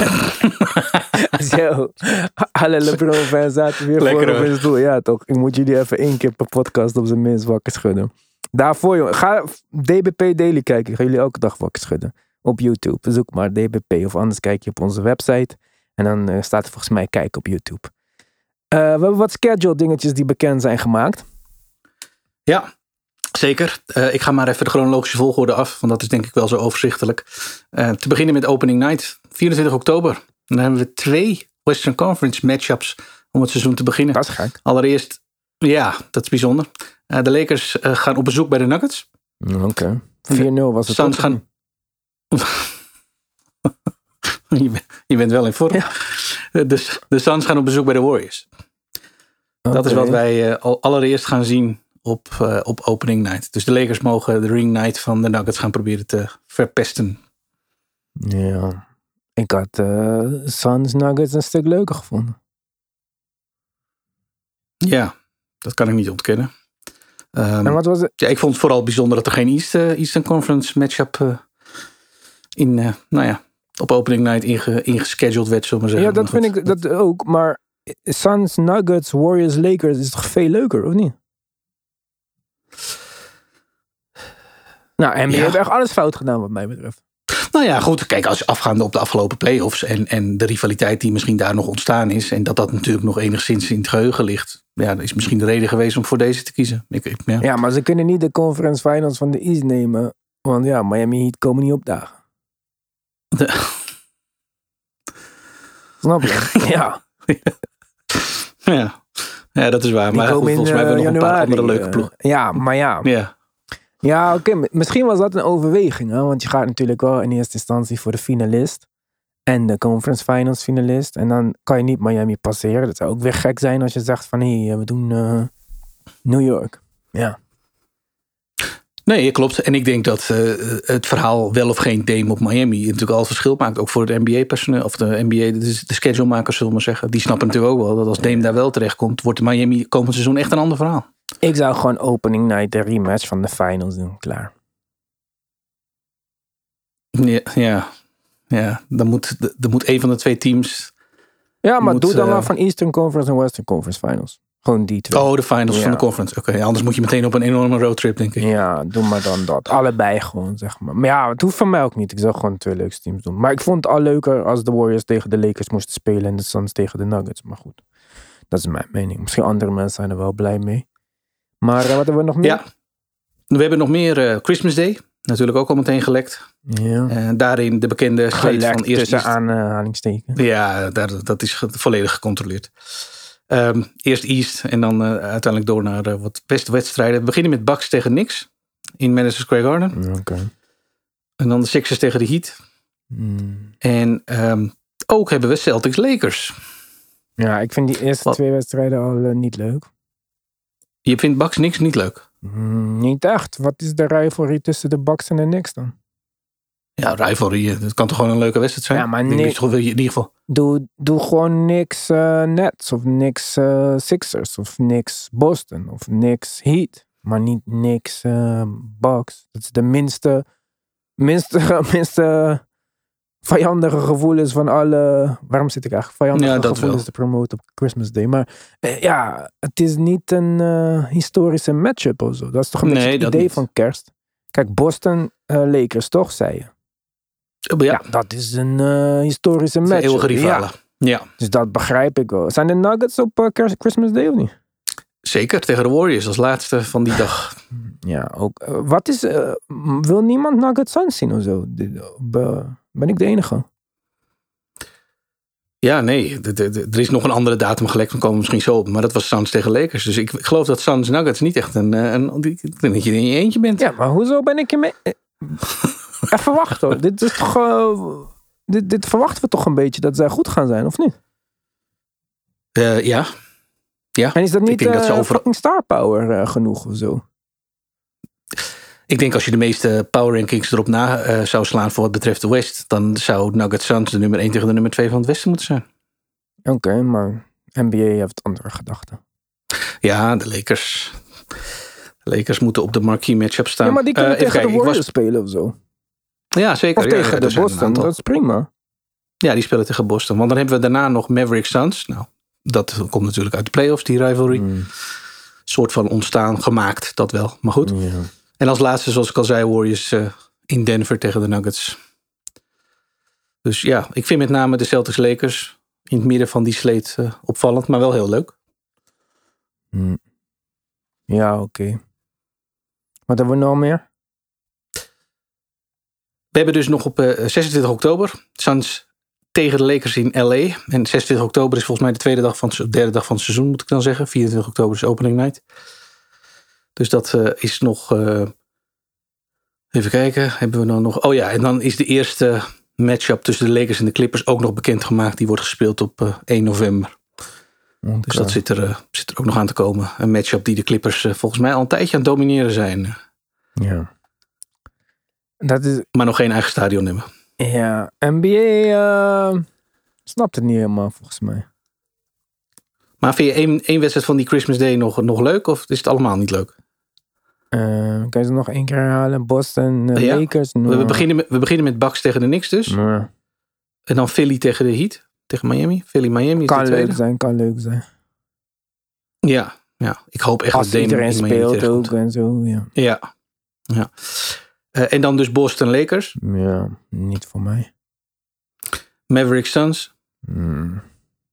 Zo, alle LeBron-fans zaten weer Lekker, voor op hoor. hun stoel. Ja, toch. Ik moet jullie even één keer per podcast op zijn minst wakker schudden. Daarvoor, joh. Ga D B P Daily kijken. Ik ga jullie elke dag wakker schudden. Op YouTube. Zoek maar D B P. Of anders kijk je op onze website. En dan uh, staat er volgens mij kijken op YouTube. Uh, we hebben wat schedule dingetjes die bekend zijn gemaakt. Ja, zeker. Uh, ik ga maar even de chronologische volgorde af. Want dat is denk ik wel zo overzichtelijk. Uh, te beginnen met opening night. vierentwintig oktober. En dan hebben we twee Western Conference matchups om het seizoen te beginnen. Dat is gek. Allereerst, ja, dat is bijzonder. Uh, de Lakers uh, gaan op bezoek bij de Nuggets. Oké. Okay. vier nul was het. Suns gaan... je, bent, je bent wel in vorm. Ja. De, de Suns gaan op bezoek bij de Warriors. Okay. Dat is wat wij uh, al allereerst gaan zien op, uh, op opening night. Dus de Lakers mogen de ring night van de Nuggets gaan proberen te verpesten. Ja, ik had uh, Suns Nuggets een stuk leuker gevonden. Ja, dat kan ik niet ontkennen. Um, en wat was het? Ja, ik vond het vooral bijzonder dat er geen East, uh, Eastern Conference matchup uh, in, uh, nou ja, op opening night inge, ingescheduled werd, zullen we maar zeggen. Ja, dat vind ik dat ook. Maar Suns, Nuggets, Warriors, Lakers is toch veel leuker, of niet? Nou, en je ja. hebt echt alles fout gedaan wat mij betreft. Nou ja, goed. Kijk, als afgaande op de afgelopen playoffs en, en de rivaliteit die misschien daar nog ontstaan is. En dat dat natuurlijk nog enigszins in het geheugen ligt. Ja, dat is misschien de reden geweest om voor deze te kiezen. Ik, ik, ja. ja, maar ze kunnen niet de conference finals van de East nemen. Want ja, Miami Heat komen niet opdagen. De... Snap je? Ja. ja. Ja, dat is waar. Die maar goed, in, volgens mij hebben we nog januari, een paar andere leuke ploegen. Uh, ja, maar ja. Ja. Ja, oké. Okay. Misschien was dat een overweging. Hè? Want je gaat natuurlijk wel in eerste instantie voor de finalist. en de conference finals finalist. En dan kan je niet Miami passeren. Dat zou ook weer gek zijn als je zegt van hé, hey, we doen uh, New York. Ja. Nee, klopt. En ik denk dat uh, het verhaal wel of geen Dame op Miami natuurlijk al het verschil maakt. Ook voor het N B A-personeel, of de N B A, de, de schedulemakers zullen we maar zeggen. Die snappen natuurlijk ook wel dat als Dame daar wel terecht komt, wordt Miami komend seizoen echt een ander verhaal. Ik zou gewoon opening night de rematch van de finals doen. Klaar. Ja, ja, ja. Dan moet, dan moet een van de twee teams... Ja, maar moet, doe dan uh, wel van Eastern Conference en Western Conference finals. Gewoon die twee. Oh, de finals ja. van de conference. Oké, okay, anders moet je meteen op een enorme roadtrip, denk ik. Ja, doe maar dan dat. Allebei gewoon, zeg maar. Maar ja, het hoeft van mij ook niet. Ik zou gewoon twee leukste teams doen. Maar ik vond het al leuker als de Warriors tegen de Lakers moesten spelen en de Suns tegen de Nuggets. Maar goed, dat is mijn mening. Misschien andere mensen zijn er wel blij mee. Maar uh, wat hebben we nog meer? Ja, we hebben nog meer uh, Christmas Day. Natuurlijk ook al meteen gelekt. Ja. Uh, daarin de bekende slate van eerst tussen aanhalingstekens. Ja, daar, dat is ge- volledig gecontroleerd. Um, eerst East en dan uh, uiteindelijk door naar uh, wat beste wedstrijden. We beginnen met Bucks tegen Knicks in Madison Square Garden. Oké. Okay. En dan de Sixers tegen de Heat. Hmm. En um, ook hebben we Celtics Lakers. Ja, ik vind die eerste wat? twee wedstrijden al uh, niet leuk. Je vindt Bucks Knicks niet leuk? Mm, niet echt. Wat is de rivalry tussen de Bucks en de Knicks dan? Ja, rivalry. Dat kan toch gewoon een leuke wedstrijd zijn? Ja, maar Nick, wil je in ieder geval. Doe, doe gewoon niks uh, Nets of niks uh, Sixers of niks Boston of niks Heat. Maar niet niks uh, Bucks. Dat is de minste, minste, minste vijandige gevoelens van alle... Waarom zit ik eigenlijk vijandige ja, gevoelens wel. te promoten op Christmas Day? Maar uh, ja, het is niet een uh, historische matchup of zo. Dat is toch een nee, beetje het idee niet. Van kerst. Kijk, Boston uh, Lakers toch, zei je? Ja. ja, dat is een uh, historische match. Eeuwige rivalen. Ja. ja. Dus dat begrijp ik wel. Zijn de Nuggets op uh, Christmas Day of niet? Zeker, tegen de Warriors als laatste van die dag. Ja, ook. Uh, wat is... Uh, wil niemand Nuggets Suns zien of zo? Uh, ben ik de enige? Ja, nee. De, de, de, er is nog een andere datum gelekt. We komen misschien zo op. Maar dat was Suns tegen Lakers. Dus ik, ik geloof dat Suns Nuggets niet echt een... een, een ik denk dat je in je eentje bent. Ja, maar hoezo ben ik je mee... Even wachten hoor. Dit is toch... Uh, dit, dit verwachten we toch een beetje dat zij goed gaan zijn, of niet? Uh, ja. ja. En is dat niet uh, dat over... fucking star power uh, genoeg of zo? Ik denk als je de meeste power rankings erop na uh, zou slaan voor wat betreft de West, dan zou Nuggets Suns de nummer één tegen de nummer twee van het Westen moeten zijn. Oké, okay, maar N B A heeft andere gedachten. Ja, de Lakers. De Lakers moeten op de marquee matchup staan. Ja, maar die kunnen uh, tegen kijken, de Warriors was... spelen of zo. Ja, zeker. Of tegen ja, de Boston, dat is prima. Ja, die spelen tegen Boston. Want dan hebben we daarna nog Mavericks Suns. Nou, dat komt natuurlijk uit de playoffs, die rivalry. Mm. Soort van ontstaan, gemaakt, dat wel. Maar goed. Ja. En als laatste, zoals ik al zei, Warriors uh, in Denver tegen de Nuggets. Dus ja, ik vind met name de Celtics Lakers in het midden van die slate uh, opvallend, maar wel heel leuk. Mm. Ja, oké. Okay. Wat hebben we nog meer? We hebben dus nog op uh, zesentwintig oktober Suns tegen de Lakers in L A. En zesentwintig oktober is volgens mij de tweede dag van het, derde dag van het seizoen, moet ik dan zeggen. vierentwintig oktober is opening night. Dus dat uh, is nog... Uh, even kijken, hebben we dan nog... Oh ja, en dan is de eerste matchup tussen de Lakers en de Clippers ook nog bekendgemaakt. Die wordt gespeeld op uh, één november. Okay. Dus dat zit er, uh, zit er ook nog aan te komen. Een matchup die de Clippers uh, volgens mij al een tijdje aan het domineren zijn. Ja. Dat is... Maar nog geen eigen stadion hebben. Ja, N B A uh, snapt het niet helemaal volgens mij. Maar vind je één, één wedstrijd van die Christmas Day nog, nog leuk? Of is het allemaal niet leuk? Uh, kan je ze nog één keer herhalen? Boston, uh, ja. Lakers? No. We, beginnen met, we beginnen met Bucks tegen de Knicks dus. No. En dan Philly tegen de Heat. Tegen Miami. Philly, Miami is kan de leuk zijn, kan leuk zijn. Ja, ja. Ik hoop echt als dat Dame iedereen speelt ook en zo. Ja. Ja. ja. Uh, en dan dus Boston Lakers. Ja, niet voor mij. Mavericks Suns. Hmm.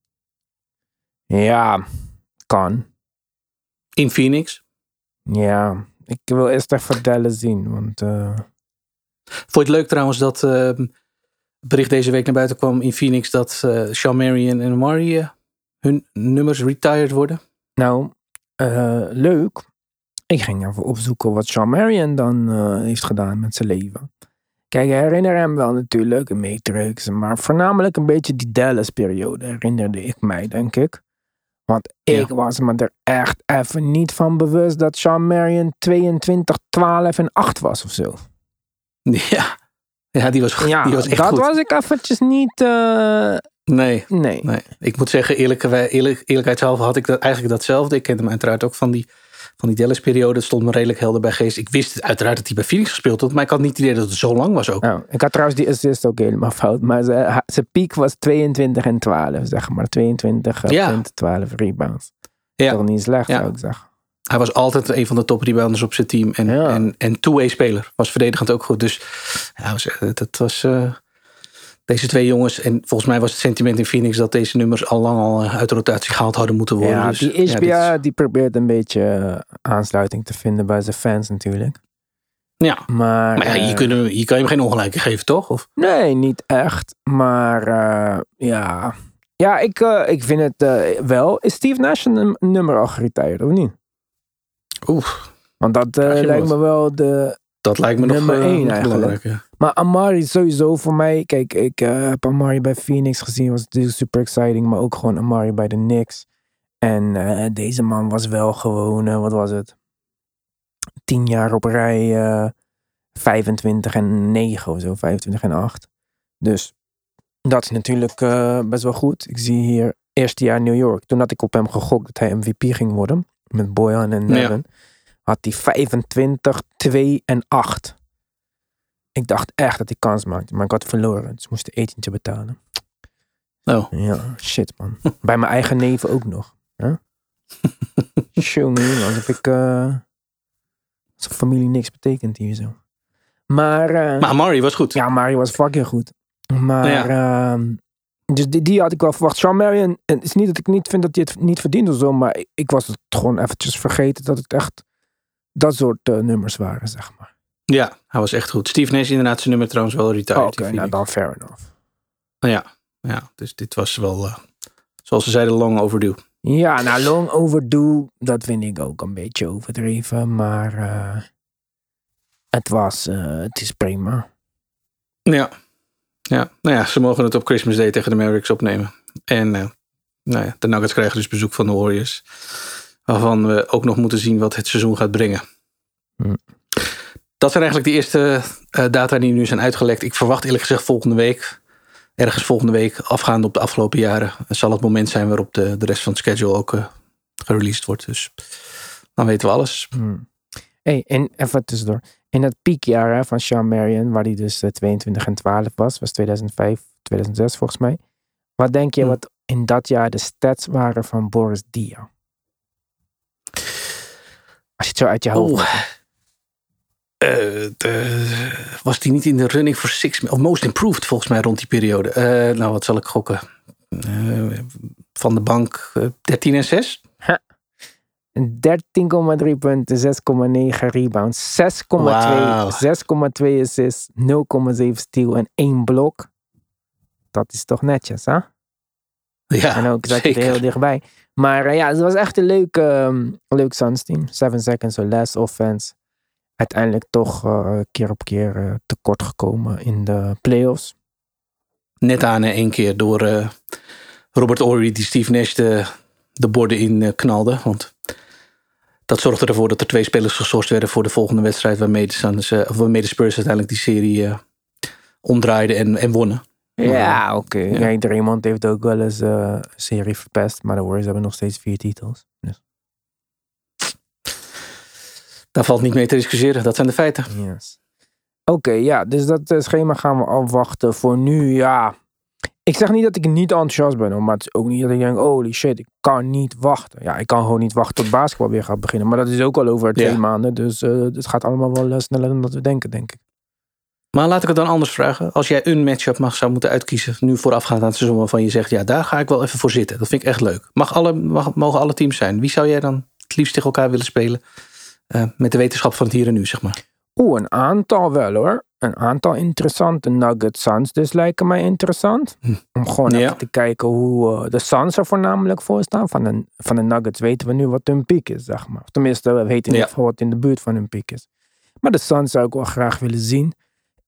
Ja, kan. In Phoenix. Ja, ik wil eerst even Dallas zien, want... Uh... Vond je het leuk trouwens dat uh, bericht deze week naar buiten kwam in Phoenix dat uh, Shawn Marion en Amari uh, hun nummers retired worden? Nou, uh, leuk. Ik ging even opzoeken wat Shawn Marion dan uh, heeft gedaan met zijn leven. Kijk, ik herinner hem wel natuurlijk, een Matrix. Maar voornamelijk een beetje die Dallas-periode herinnerde ik mij, denk ik. Want ik Ja. was me er echt even niet van bewust dat Sean Marion tweeëntwintig, twaalf en acht was of zo. Ja, ja die was, Ja, die was echt dat goed. was ik eventjes niet... Uh, Nee, nee. nee, ik moet zeggen, eerlijk, eerlijk, eerlijkheidshalve had ik dat, eigenlijk datzelfde. Ik kende hem uiteraard ook van die, van die Dallas-periode. Het stond me redelijk helder bij geest. Ik wist uiteraard dat hij bij Phoenix gespeeld had, maar ik had niet het idee dat het zo lang was ook. Nou, ik had trouwens die assist ook helemaal fout. Maar zijn piek was tweeëntwintig en twaalf, zeg maar. tweeëntwintig Ja. punten, twaalf rebounds. Ja. Toch niet slecht, Ja. zou ik zeggen. Hij was altijd een van de top rebounders op zijn team. En, Ja. en, en two-way speler. Was verdedigend ook goed. Dus ja, was, dat was... Uh, deze twee jongens. En volgens mij was het sentiment in Phoenix dat deze nummers al lang al uit de rotatie gehaald hadden moeten worden. Ja, dus, die Ishbia, ja, is... die probeert een beetje aansluiting te vinden bij zijn fans natuurlijk. Ja, maar, maar ja, uh, je, kun, je kan hem geen ongelijke geven, toch? Of? Nee, niet echt. Maar uh, ja, ja ik, uh, ik vind het uh, wel. Is Steve Nash een nummer al geretired, of niet? Oeh. Want dat uh, lijkt me wel de... Dat lijkt me nummer nog, één uh, eigenlijk. belangrijk. Ja. Maar Amari sowieso voor mij. Kijk, ik uh, heb Amari bij Phoenix gezien. Was natuurlijk super exciting. Maar ook gewoon Amari bij de Knicks. En uh, deze man was wel gewoon, uh, wat was het? Tien jaar op rij. Uh, vijfentwintig en negen of zo. vijfentwintig en acht. Dus dat is natuurlijk uh, best wel goed. Ik zie hier eerste jaar New York. Toen had ik op hem gegokt dat hij M V P ging worden. Met Bojan en Nevin. Ja. Had hij vijfentwintig, twee en acht. Ik dacht echt dat hij kans maakte. Maar ik had verloren. Dus moest een etentje betalen. Oh. Ja, shit man. Bij mijn eigen neven ook nog. Huh? Show me, alsof ik... Uh, alsof familie niks betekent hier zo. Maar... Uh, maar Amari was goed. Ja, Amari was fucking goed. Maar... Ja. Uh, dus die, die had ik wel verwacht. Sean Marion, het is niet dat ik niet vind dat hij het niet verdient of zo. Maar ik, ik was het gewoon eventjes vergeten dat het echt... dat soort uh, nummers waren, zeg maar. Ja, hij was echt goed. Steve Nash inderdaad zijn nummer trouwens wel retired. Oké, okay, nou dan fair enough. Ja, ja, dus dit was wel, uh, zoals ze zeiden, long overdue. Ja, nou long overdue, dat vind ik ook een beetje overdreven. Maar uh, het was, uh, het is prima. Ja. Ja, nou ja, ze mogen het op Christmas Day tegen de Mavericks opnemen. En uh, nou ja, de Nuggets krijgen dus bezoek van de Warriors. Waarvan we ook nog moeten zien wat het seizoen gaat brengen. Hm. Dat zijn eigenlijk de eerste uh, data die nu zijn uitgelekt. Ik verwacht eerlijk gezegd volgende week, ergens volgende week, afgaande op de afgelopen jaren, zal het moment zijn waarop de, de rest van het schedule ook uh, gereleased wordt. Dus dan weten we alles. Hm. Hey, en even tussendoor. In het piekjaar hè, van Sean Marion, waar hij dus uh, tweeëntwintig en twaalf was, was tweeduizend vijf, tweeduizend zes volgens mij. Wat denk je hm. wat in dat jaar de stats waren van Boris Diaw? Als je het zo uit je hoofd... Oh. Uh, de, was die niet in de running voor six of most improved volgens mij rond die periode? Uh, nou, wat zal ik gokken? Uh, van de bank uh, dertien en zes? dertien komma drie punten, zes komma negen rebounds, zes komma twee, wow. zes komma twee assists, nul komma zeven steal en één blok. Dat is toch netjes, hè? Ja, en ook zat je er heel dichtbij. Maar uh, ja, het was echt een leuk, um, leuk Suns team. Seven seconds or less offense. Uiteindelijk toch uh, keer op keer uh, tekort gekomen in de playoffs. Net aan uh, één keer door uh, Robert Horry die Steve Nash de, de borden in uh, knalde. Want dat zorgde ervoor dat er twee spelers geschorst werden voor de volgende wedstrijd. Waarmee de, Suns, uh, of waarmee de Spurs uiteindelijk die serie uh, omdraaiden en, en wonnen. Ja, oké. Okay. Ja. Ja, Draymond heeft ook wel eens uh, een serie verpest. Maar de Warriors hebben nog steeds vier titels. Dus. Daar valt niet mee te discussiëren. Dat zijn de feiten. Yes. Oké, okay, ja. Dus dat uh, schema gaan we afwachten. Voor nu, ja. Ik zeg niet dat ik niet enthousiast ben. Hoor, maar het is ook niet dat ik denk, holy shit, ik kan niet wachten. Ja, ik kan gewoon niet wachten tot basketbal weer gaat beginnen. Maar dat is ook al over twee ja. maanden. Dus uh, het gaat allemaal wel uh, sneller dan dat we denken, denk ik. Maar laat ik het dan anders vragen. Als jij een matchup mag, zou moeten uitkiezen, nu voorafgaand aan het seizoen, waarvan je zegt, ja, daar ga ik wel even voor zitten. Dat vind ik echt leuk. Mag alle, mag, mogen alle teams zijn. Wie zou jij dan het liefst tegen elkaar willen spelen? Uh, met de wetenschap van het hier en nu, zeg maar. Oeh, een aantal wel hoor. Een aantal interessante Nuggets Suns dus lijken mij interessant. Hm. Om gewoon ja. even te kijken hoe uh, de Suns er voornamelijk voor staan. Van de, van de Nuggets weten we nu wat hun piek is, zeg maar. Tenminste, we weten niet ja. wat in de buurt van hun piek is. Maar de Suns zou ik wel graag willen zien.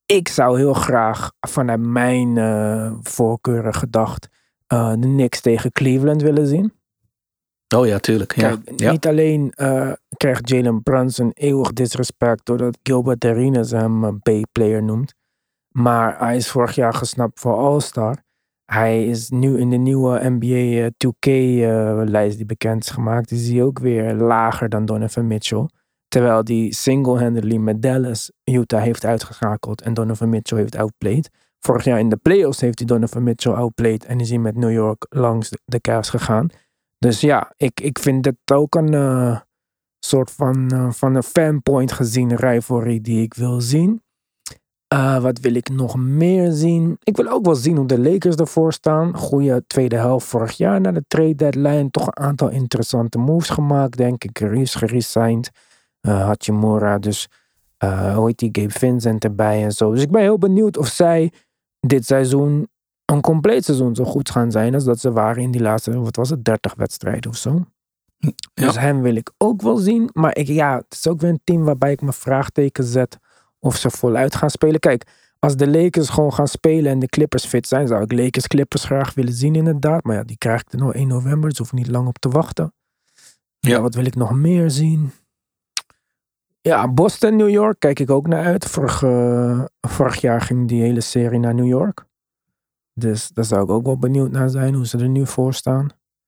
ik zou heel graag vanuit mijn uh, voorkeuren gedacht uh, de Knicks tegen Cleveland willen zien. Oh ja, tuurlijk. Ja. Kijk, ja. niet alleen uh, krijgt Jalen Brunson eeuwig disrespect doordat Gilbert Arenas hem een B-player noemt. Maar hij is vorig jaar gesnapt voor All-Star. Hij is nu in de nieuwe N B A two K-lijst uh, die bekend is gemaakt. Is hij ook weer lager dan Donovan Mitchell. Terwijl die single-handedly met Dallas Utah heeft uitgeschakeld en Donovan Mitchell heeft outplayed. Vorig jaar in de playoffs heeft hij Donovan Mitchell outplayed en is hij met New York langs de Cavs gegaan. Dus ja, ik, ik vind het ook een uh, soort van, uh, van een fanpoint gezien rivalry die ik wil zien. Uh, wat wil ik nog meer zien? Ik wil ook wel zien hoe de Lakers ervoor staan. Goeie tweede helft vorig jaar na de trade deadline. Toch een aantal interessante moves gemaakt, denk ik. Er is geresigned. Uh, Hachimura, dus uh, hoe heet die, Gabe Vincent erbij en zo. Dus ik ben heel benieuwd of zij dit seizoen, een compleet seizoen, zo goed gaan zijn als dat ze waren in die laatste, wat was het, dertig wedstrijden of zo. Ja. Dus hem wil ik ook wel zien. Maar ik, ja, het is ook weer een team waarbij ik mijn vraagteken zet of ze voluit gaan spelen. Kijk, als de Lakers gewoon gaan spelen en de Clippers fit zijn, zou ik Lakers Clippers graag willen zien inderdaad. Maar ja, die krijg ik er nog één november, dus hoef ik niet lang op te wachten. Ja, ja, wat wil ik nog meer zien? Ja, Boston, New York kijk ik ook naar uit. Vorig, uh, vorig jaar ging die hele serie naar New York. Dus daar zou ik ook wel benieuwd naar zijn, hoe ze er nu voor staan.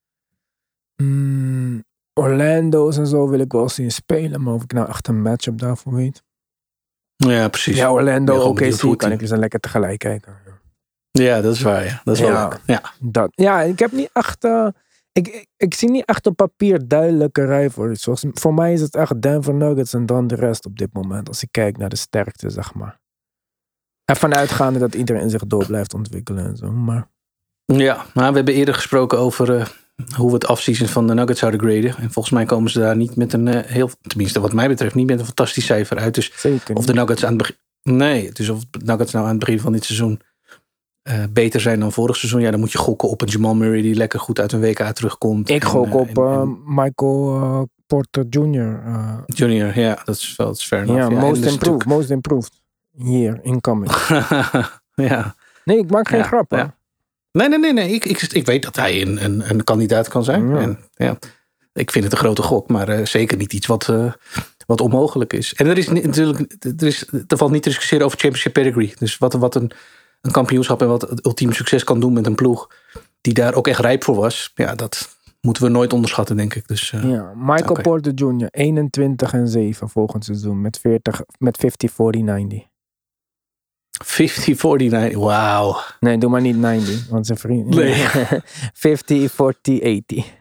Mm, Orlando's en zo wil ik wel zien spelen, maar of ik nou echt een matchup daarvoor weet. Ja, precies. Ja, Orlando, oké, okay, zie kan ik dus dan lekker tegelijk kijken. Ja, dat is waar, ja. Dat is ja, wel leuk. Ja. Dat, ja, ik heb niet echt... Uh, ik, ik, ik zie niet echt op papier duidelijke rivalries. Zoals, voor mij is het echt Denver Nuggets en dan de rest op dit moment. Als ik kijk naar de sterkte, zeg maar. Ervan uitgaande dat iedereen zich door blijft ontwikkelen en zo. Maar... Ja, maar we hebben eerder gesproken over uh, hoe we het afseason van de Nuggets zouden graden. En volgens mij komen ze daar niet met een uh, heel... Tenminste, wat mij betreft, niet met een fantastisch cijfer uit. Dus Zeker of de Nuggets aan het begin... Nee, dus of de Nuggets nou aan het begin van dit seizoen uh, beter zijn dan vorig seizoen. Ja, dan moet je gokken op een Jamal Murray die lekker goed uit een W K terugkomt. Ik gok en, op uh, uh, en, Michael uh, Porter junior Uh, junior, ja, dat is wel dat is fair enough. Ja, ja, most dus improved, most improved. Hier, incoming. ja. Nee, ik maak geen ja, grap, hè. Ja. Nee, nee, nee. nee. Ik, ik, ik weet dat hij een, een, een kandidaat kan zijn. Ja. En, ja, ik vind het een grote gok, maar uh, zeker niet iets wat, uh, wat onmogelijk is. En er is natuurlijk, er, is, er valt niet te discussiëren over championship pedigree. Dus wat, wat een, een kampioenschap en wat het ultieme succes kan doen met een ploeg die daar ook echt rijp voor was. Ja, dat moeten we nooit onderschatten, denk ik. Dus, uh, ja, Michael okay. Porter junior eenentwintig en zeven volgend seizoen met veertig, met vijftig, veertig, negentig. vijftig, veertig, negentig, wauw. Nee, doe maar niet negentig, want zijn vriend. Nee. vijftig, veertig, tachtig.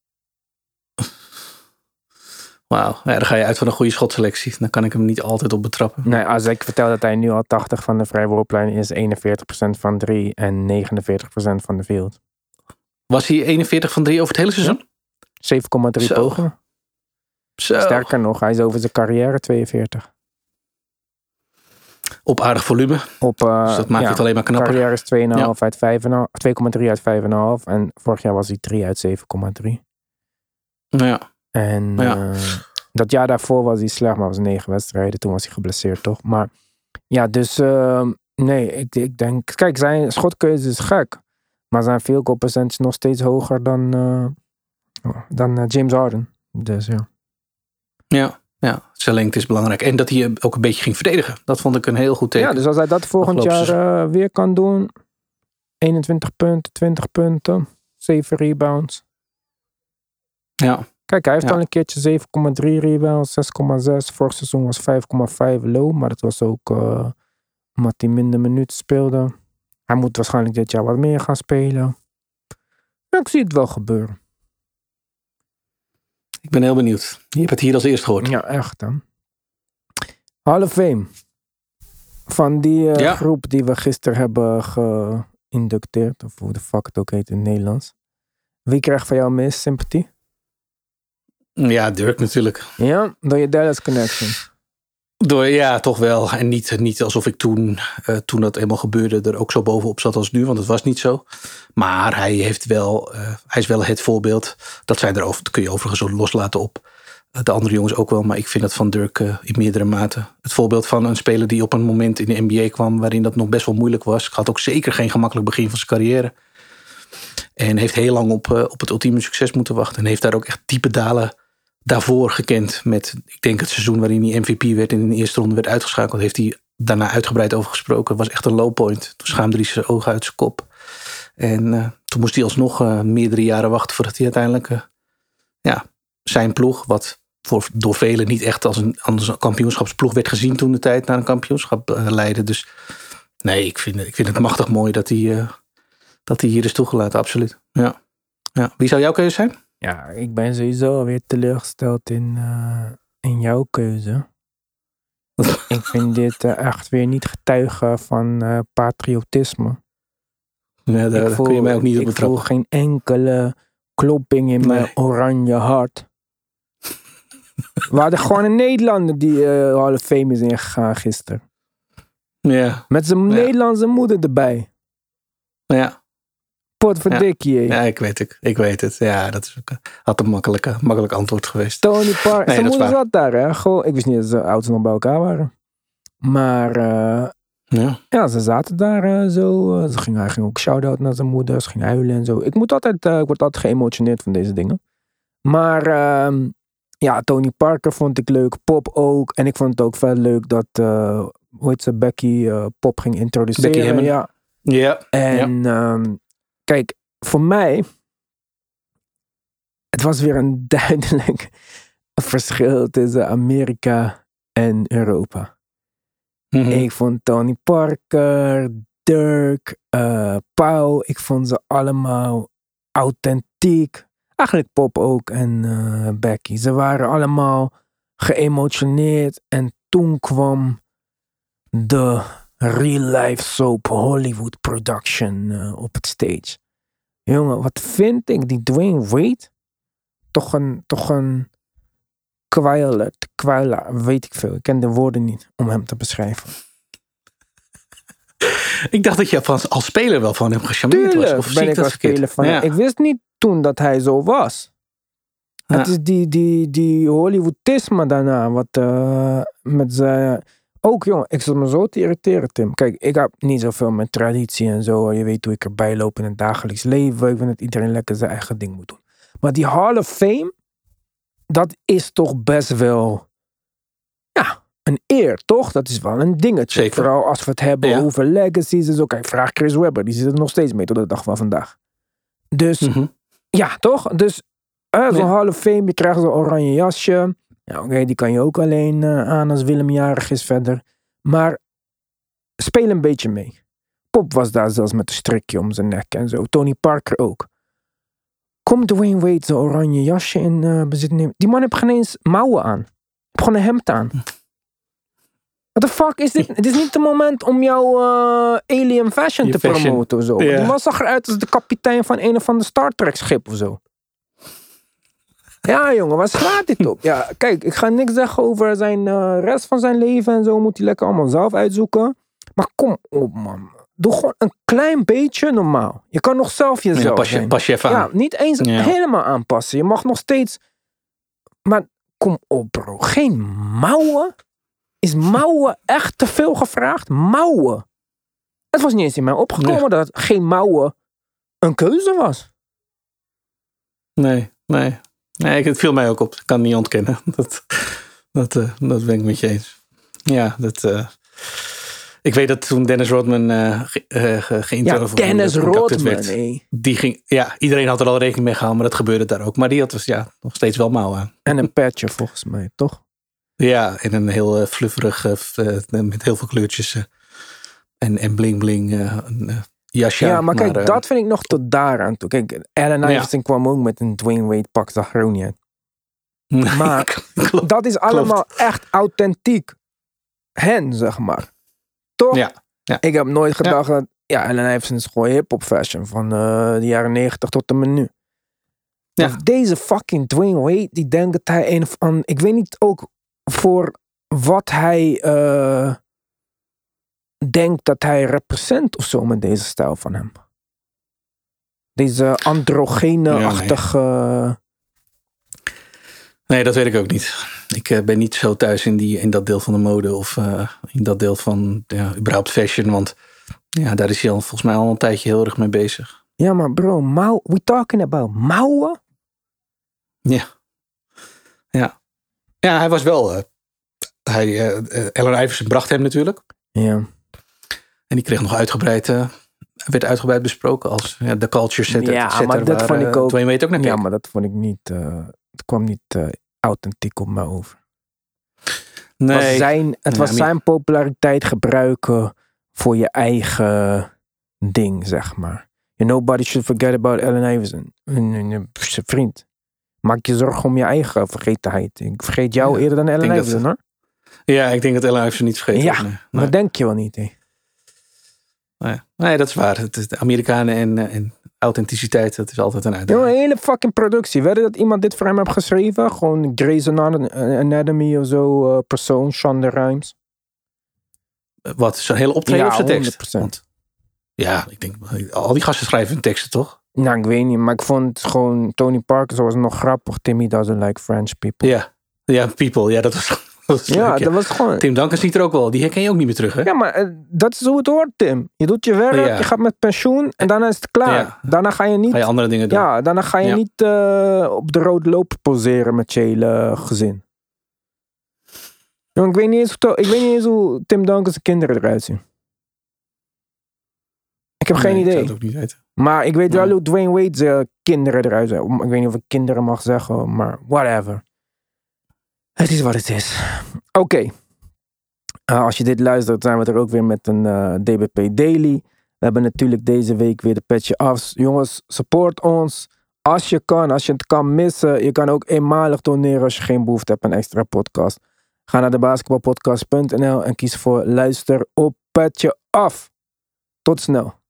Wauw, ja, dan ga je uit van een goede schotselectie. Dan kan ik hem niet altijd op betrappen. Nee, als ik vertel dat hij nu al tachtig van de vrijworplijn is, eenenveertig procent van drie en negenenveertig procent van de field. Was hij eenenveertig van drie over het hele seizoen? Ja. zeven komma drie pogingen. Zo. Sterker nog, hij is over zijn carrière tweeënveertig. Op aardig volume. Op, uh, dus dat maakt ja, het alleen maar knapper. Carrière is twee komma vijf ja. uit vijf komma vijf, twee komma drie uit vijf komma vijf. En vorig jaar was hij drie uit zeven komma drie. Ja. En ja. Uh, dat jaar daarvoor was hij slecht, maar was negen wedstrijden. Toen was hij geblesseerd, toch? Maar ja, dus uh, nee, ik, ik denk... Kijk, zijn schotkeuze is gek. Maar zijn field goal percentage is nog steeds hoger dan, uh, dan uh, James Harden. Dus ja. Ja. Ja, zijn lengte is belangrijk. En dat hij ook een beetje ging verdedigen. Dat vond ik een heel goed teken. Ja, dus als hij dat volgend jaar uh, weer kan doen. eenentwintig punten, twintig punten. zeven rebounds. Ja. Kijk, hij heeft ja. al een keertje zeven komma drie rebounds, zes komma zes. Vorig seizoen was vijf komma vijf low. Maar dat was ook uh, omdat hij minder minuten speelde. Hij moet waarschijnlijk dit jaar wat meer gaan spelen. Ja, ik zie het wel gebeuren. Ik ben heel benieuwd. Je hebt het hier als eerst gehoord. Ja, echt hè. Hall of Fame. Van die uh, ja. groep die we gisteren hebben geïnducteerd. Of hoe de fuck het ook heet in het Nederlands. Wie krijgt van jou meest sympathie? Ja, Dirk natuurlijk. Ja, door je Dallas connection. Door, ja, toch wel. En niet, niet alsof ik toen, uh, toen dat eenmaal gebeurde, er ook zo bovenop zat als nu. Want het was niet zo. Maar hij heeft wel, uh, hij is wel het voorbeeld. Dat zijn er over, dat kun je overigens zo loslaten op De andere jongens ook wel, maar ik vind dat van Dirk uh, in meerdere mate. Het voorbeeld van een speler die op een moment in de N B A kwam waarin dat nog best wel moeilijk was. Had ook zeker geen gemakkelijk begin van zijn carrière. En heeft heel lang op, uh, op het ultieme succes moeten wachten. En heeft daar ook echt diepe dalen daarvoor gekend. Met, ik denk het seizoen waarin hij M V P werd en in de eerste ronde werd uitgeschakeld. Heeft hij daarna uitgebreid over gesproken. Het was echt een low point. Toen schaamde hij zijn ogen uit zijn kop. En uh, toen moest hij alsnog uh, meerdere jaren wachten voordat hij uiteindelijk uh, ja, zijn ploeg, wat voor, door velen niet echt als een, als een kampioenschapsploeg werd gezien toen de tijd naar een kampioenschap uh, leidde. Dus nee, ik vind, ik vind het machtig mooi dat hij, uh, dat hij hier is toegelaten, absoluut. Ja. Ja. Wie zou jouw keuze zijn? Ja, ik ben sowieso weer teleurgesteld in, uh, in jouw keuze. Ik vind dit uh, echt weer niet getuigen van uh, patriotisme. Nee, daar, daar kun je mij ook niet op betrappen. Ik voel geen enkele klopping in nee. mijn oranje hart. We hadden gewoon een Nederlander die uh, Hall of Fame is ingegaan gisteren. Ja. Met zijn ja. Nederlandse moeder erbij. Ja. Potverdikkie. Ja. ja, ik weet het. Ik weet het. Ja, dat is ook, had een makkelijke, makkelijk antwoord geweest. Tony Parker. Nee, zijn moeder zat daar, hè. Gewoon, ik wist niet dat ze ouders nog bij elkaar waren. Maar uh, ja. ja, ze zaten daar uh, zo. Uh, ze ging, hij ging ook shout-out naar zijn moeder. Ze ging huilen en zo. Ik, moet altijd, uh, ik word altijd geëmotioneerd van deze dingen. Maar uh, ja, Tony Parker vond ik leuk. Pop ook. En ik vond het ook wel leuk dat, uh, hoe heet ze, Becky uh, Pop ging introduceren. Becky Hammond. Ja. Ja. En ja. Um, kijk, voor mij, het was weer een duidelijk verschil tussen Amerika en Europa. Mm-hmm. Ik vond Tony Parker, Dirk, uh, Paul, ik vond ze allemaal authentiek. Eigenlijk Pop ook en uh, Becky. Ze waren allemaal geëmotioneerd en toen kwam de real life soap Hollywood production uh, op het stage. Jongen, wat vind ik die Dwayne Wade? Toch een, toch een kwijler, kwijler, weet ik veel. Ik ken de woorden niet om hem te beschrijven. Ik dacht dat je als, als speler wel van hem gecharmeerd was. Of ben ik als speler van ja. hem. Ik wist niet toen dat hij zo was. Ja. Het is die, die, die Hollywoodisme daarna. Wat uh, met zijn... Ook jongen, ik zat me zo te irriteren, Tim. Kijk, ik heb niet zoveel met traditie en zo. Je weet hoe ik erbij loop in het dagelijks leven. Ik vind dat iedereen lekker zijn eigen ding moet doen. Maar die Hall of Fame, dat is toch best wel, ja, een eer, toch? Dat is wel een dingetje. Zeker. Vooral als we het hebben ja. over legacies en zo. Kijk, vraag Chris Webber, die zit er nog steeds mee tot de dag van vandaag. Dus, mm-hmm. ja, toch? Dus, uh, zo'n ja. Hall of Fame, je krijgt zo'n oranje jasje. Ja, oké, okay, die kan je ook alleen uh, aan als Willem jarig is verder. Maar speel een beetje mee. Pop was daar zelfs met een strikje om zijn nek en zo. Tony Parker ook. Komt Dwayne Wade zijn oranje jasje in uh, bezit nemen? Die man heeft geen eens mouwen aan. Heeft gewoon een hemd aan. What the fuck is dit? Het is niet het moment om jouw uh, alien fashion Je te fashion. promoten of zo. Yeah. Die man zag eruit als de kapitein van een of ander Star Trek schip of zo. Ja, jongen, waar slaat dit op? Ja, kijk, ik ga niks zeggen over zijn uh, rest van zijn leven en zo. Moet hij lekker allemaal zelf uitzoeken. Maar kom op, man. Doe gewoon een klein beetje normaal. Je kan nog zelf jezelf ja, pas je, zijn. Pas je even aan. Ja, niet eens ja. helemaal aanpassen. Je mag nog steeds... Maar kom op, bro. Geen mouwen? Is mouwen echt te veel gevraagd? Mouwen? Het was niet eens in mij opgekomen ja. dat geen mouwen een keuze was. Nee, nee. Nee, het viel mij ook op. Ik kan het niet ontkennen. Dat, dat, uh, dat ben ik met je eens. Ja, dat... Uh, ik weet dat toen Dennis Rodman uh, ge, uh, geïnterviewd ja, Dennis Rodman, werd, nee. die ging, ja, iedereen had er al rekening mee gehouden, maar dat gebeurde daar ook. Maar die had dus ja, nog steeds wel mouwen aan. En een petje volgens mij, toch? Ja, en een heel uh, flufferig, uh, met heel veel kleurtjes uh, en, en bling bling uh, uh, jasje. Ja, maar kijk, maar, uh, dat vind ik nog tot daaraan toe. Kijk, Allen Iverson ja. kwam ook met een Dwayne Wade pak, zag er ook niet uit. Nee, maar klopt, dat is allemaal klopt. echt authentiek. Hen, zeg maar. Toch? Ja, ja. Ik heb nooit gedacht ja. dat... Ja, Allen Iverson is gewoon hip-hop fashion. Van uh, de jaren negentig tot en met nu. Ja. Of deze fucking Dwayne Wade, die denkt dat hij een van... Ik weet niet ook voor wat hij... Uh, denkt dat hij represent of zo met deze stijl van hem. Deze androgene-achtige... Ja, nee. Nee, dat weet ik ook niet. Ik uh, ben niet zo thuis in, die, in dat deel van de mode of uh, in dat deel van ja, überhaupt fashion. Want ja, daar is hij al volgens mij al een tijdje heel erg mee bezig. Ja, maar bro, mouw, we talking about mouwen? Ja. Ja. Ja, hij was wel... Uh, hij, uh, Allen Iverson bracht hem natuurlijk. Ja. En die kreeg nog uitgebreid... Uh, werd uitgebreid besproken als ja, de culture setter. Ja, setter maar dat waar, vond ik ook... Dwayne Wade ook naar keek. Ja, maar dat vond ik niet... Uh, het kwam niet uh, authentiek op me over. Nee. Het was zijn, het nee, was zijn populariteit gebruiken voor je eigen ding, zeg maar. Nobody should forget about Allen Iverson. Zijn vriend. Maak je zorgen om je eigen vergetenheid. Ik vergeet jou ja, eerder dan Allen Iverson, hoor. Ja, ik denk dat Allen Iverson niet vergeten ja, is. Nee. maar dat denk je wel niet, hè. Nee, nee, dat is waar. Het is de Amerikanen en, en authenticiteit, dat is altijd een uitdaging. Een hele fucking productie. Weet je dat iemand dit voor hem heeft geschreven? Gewoon Grey's Anatomy of zo, uh, persoon, Shonda Rhimes. Wat, zo'n hele optreden ja, of zijn tekst? honderd procent. Want, ja, ik denk, al die gasten schrijven hun teksten, toch? Nou, ik weet niet, maar ik vond gewoon Tony Parker zoals nog grappig. Timmy doesn't like French people. Ja, ja, people. Ja, dat was, dat was ja, leuk, ja. dat was gewoon... Tim Duncan ziet er ook wel. Die herken je ook niet meer terug, hè? Ja, maar uh, dat is hoe het hoort, Tim. Je doet je werk, ja. je gaat met pensioen en daarna is het klaar. Ja. Daarna ga je niet... Ga je andere dingen doen. Ja, daarna ga je ja. niet uh, op de rode loper poseren met je hele gezin. Jongen, ik weet niet eens hoe, ik weet niet eens hoe Tim Duncan's kinderen eruit zien. Ik heb nee, geen idee. Ik zou het ook niet weten. Maar ik weet wel nee. hoe Dwayne Wade's uh, kinderen eruit zijn. Ik weet niet of ik kinderen mag zeggen, maar whatever. Het is wat het is. Oké. Okay. Uh, als je dit luistert, zijn we er ook weer met een uh, D B P Daily. We hebben natuurlijk deze week weer de petje af. Jongens, support ons. Als je kan, als je het kan missen. Je kan ook eenmalig doneren als je geen behoefte hebt aan een extra podcast. Ga naar de basketbalpodcast punt n l en kies voor luister op petje af. Tot snel.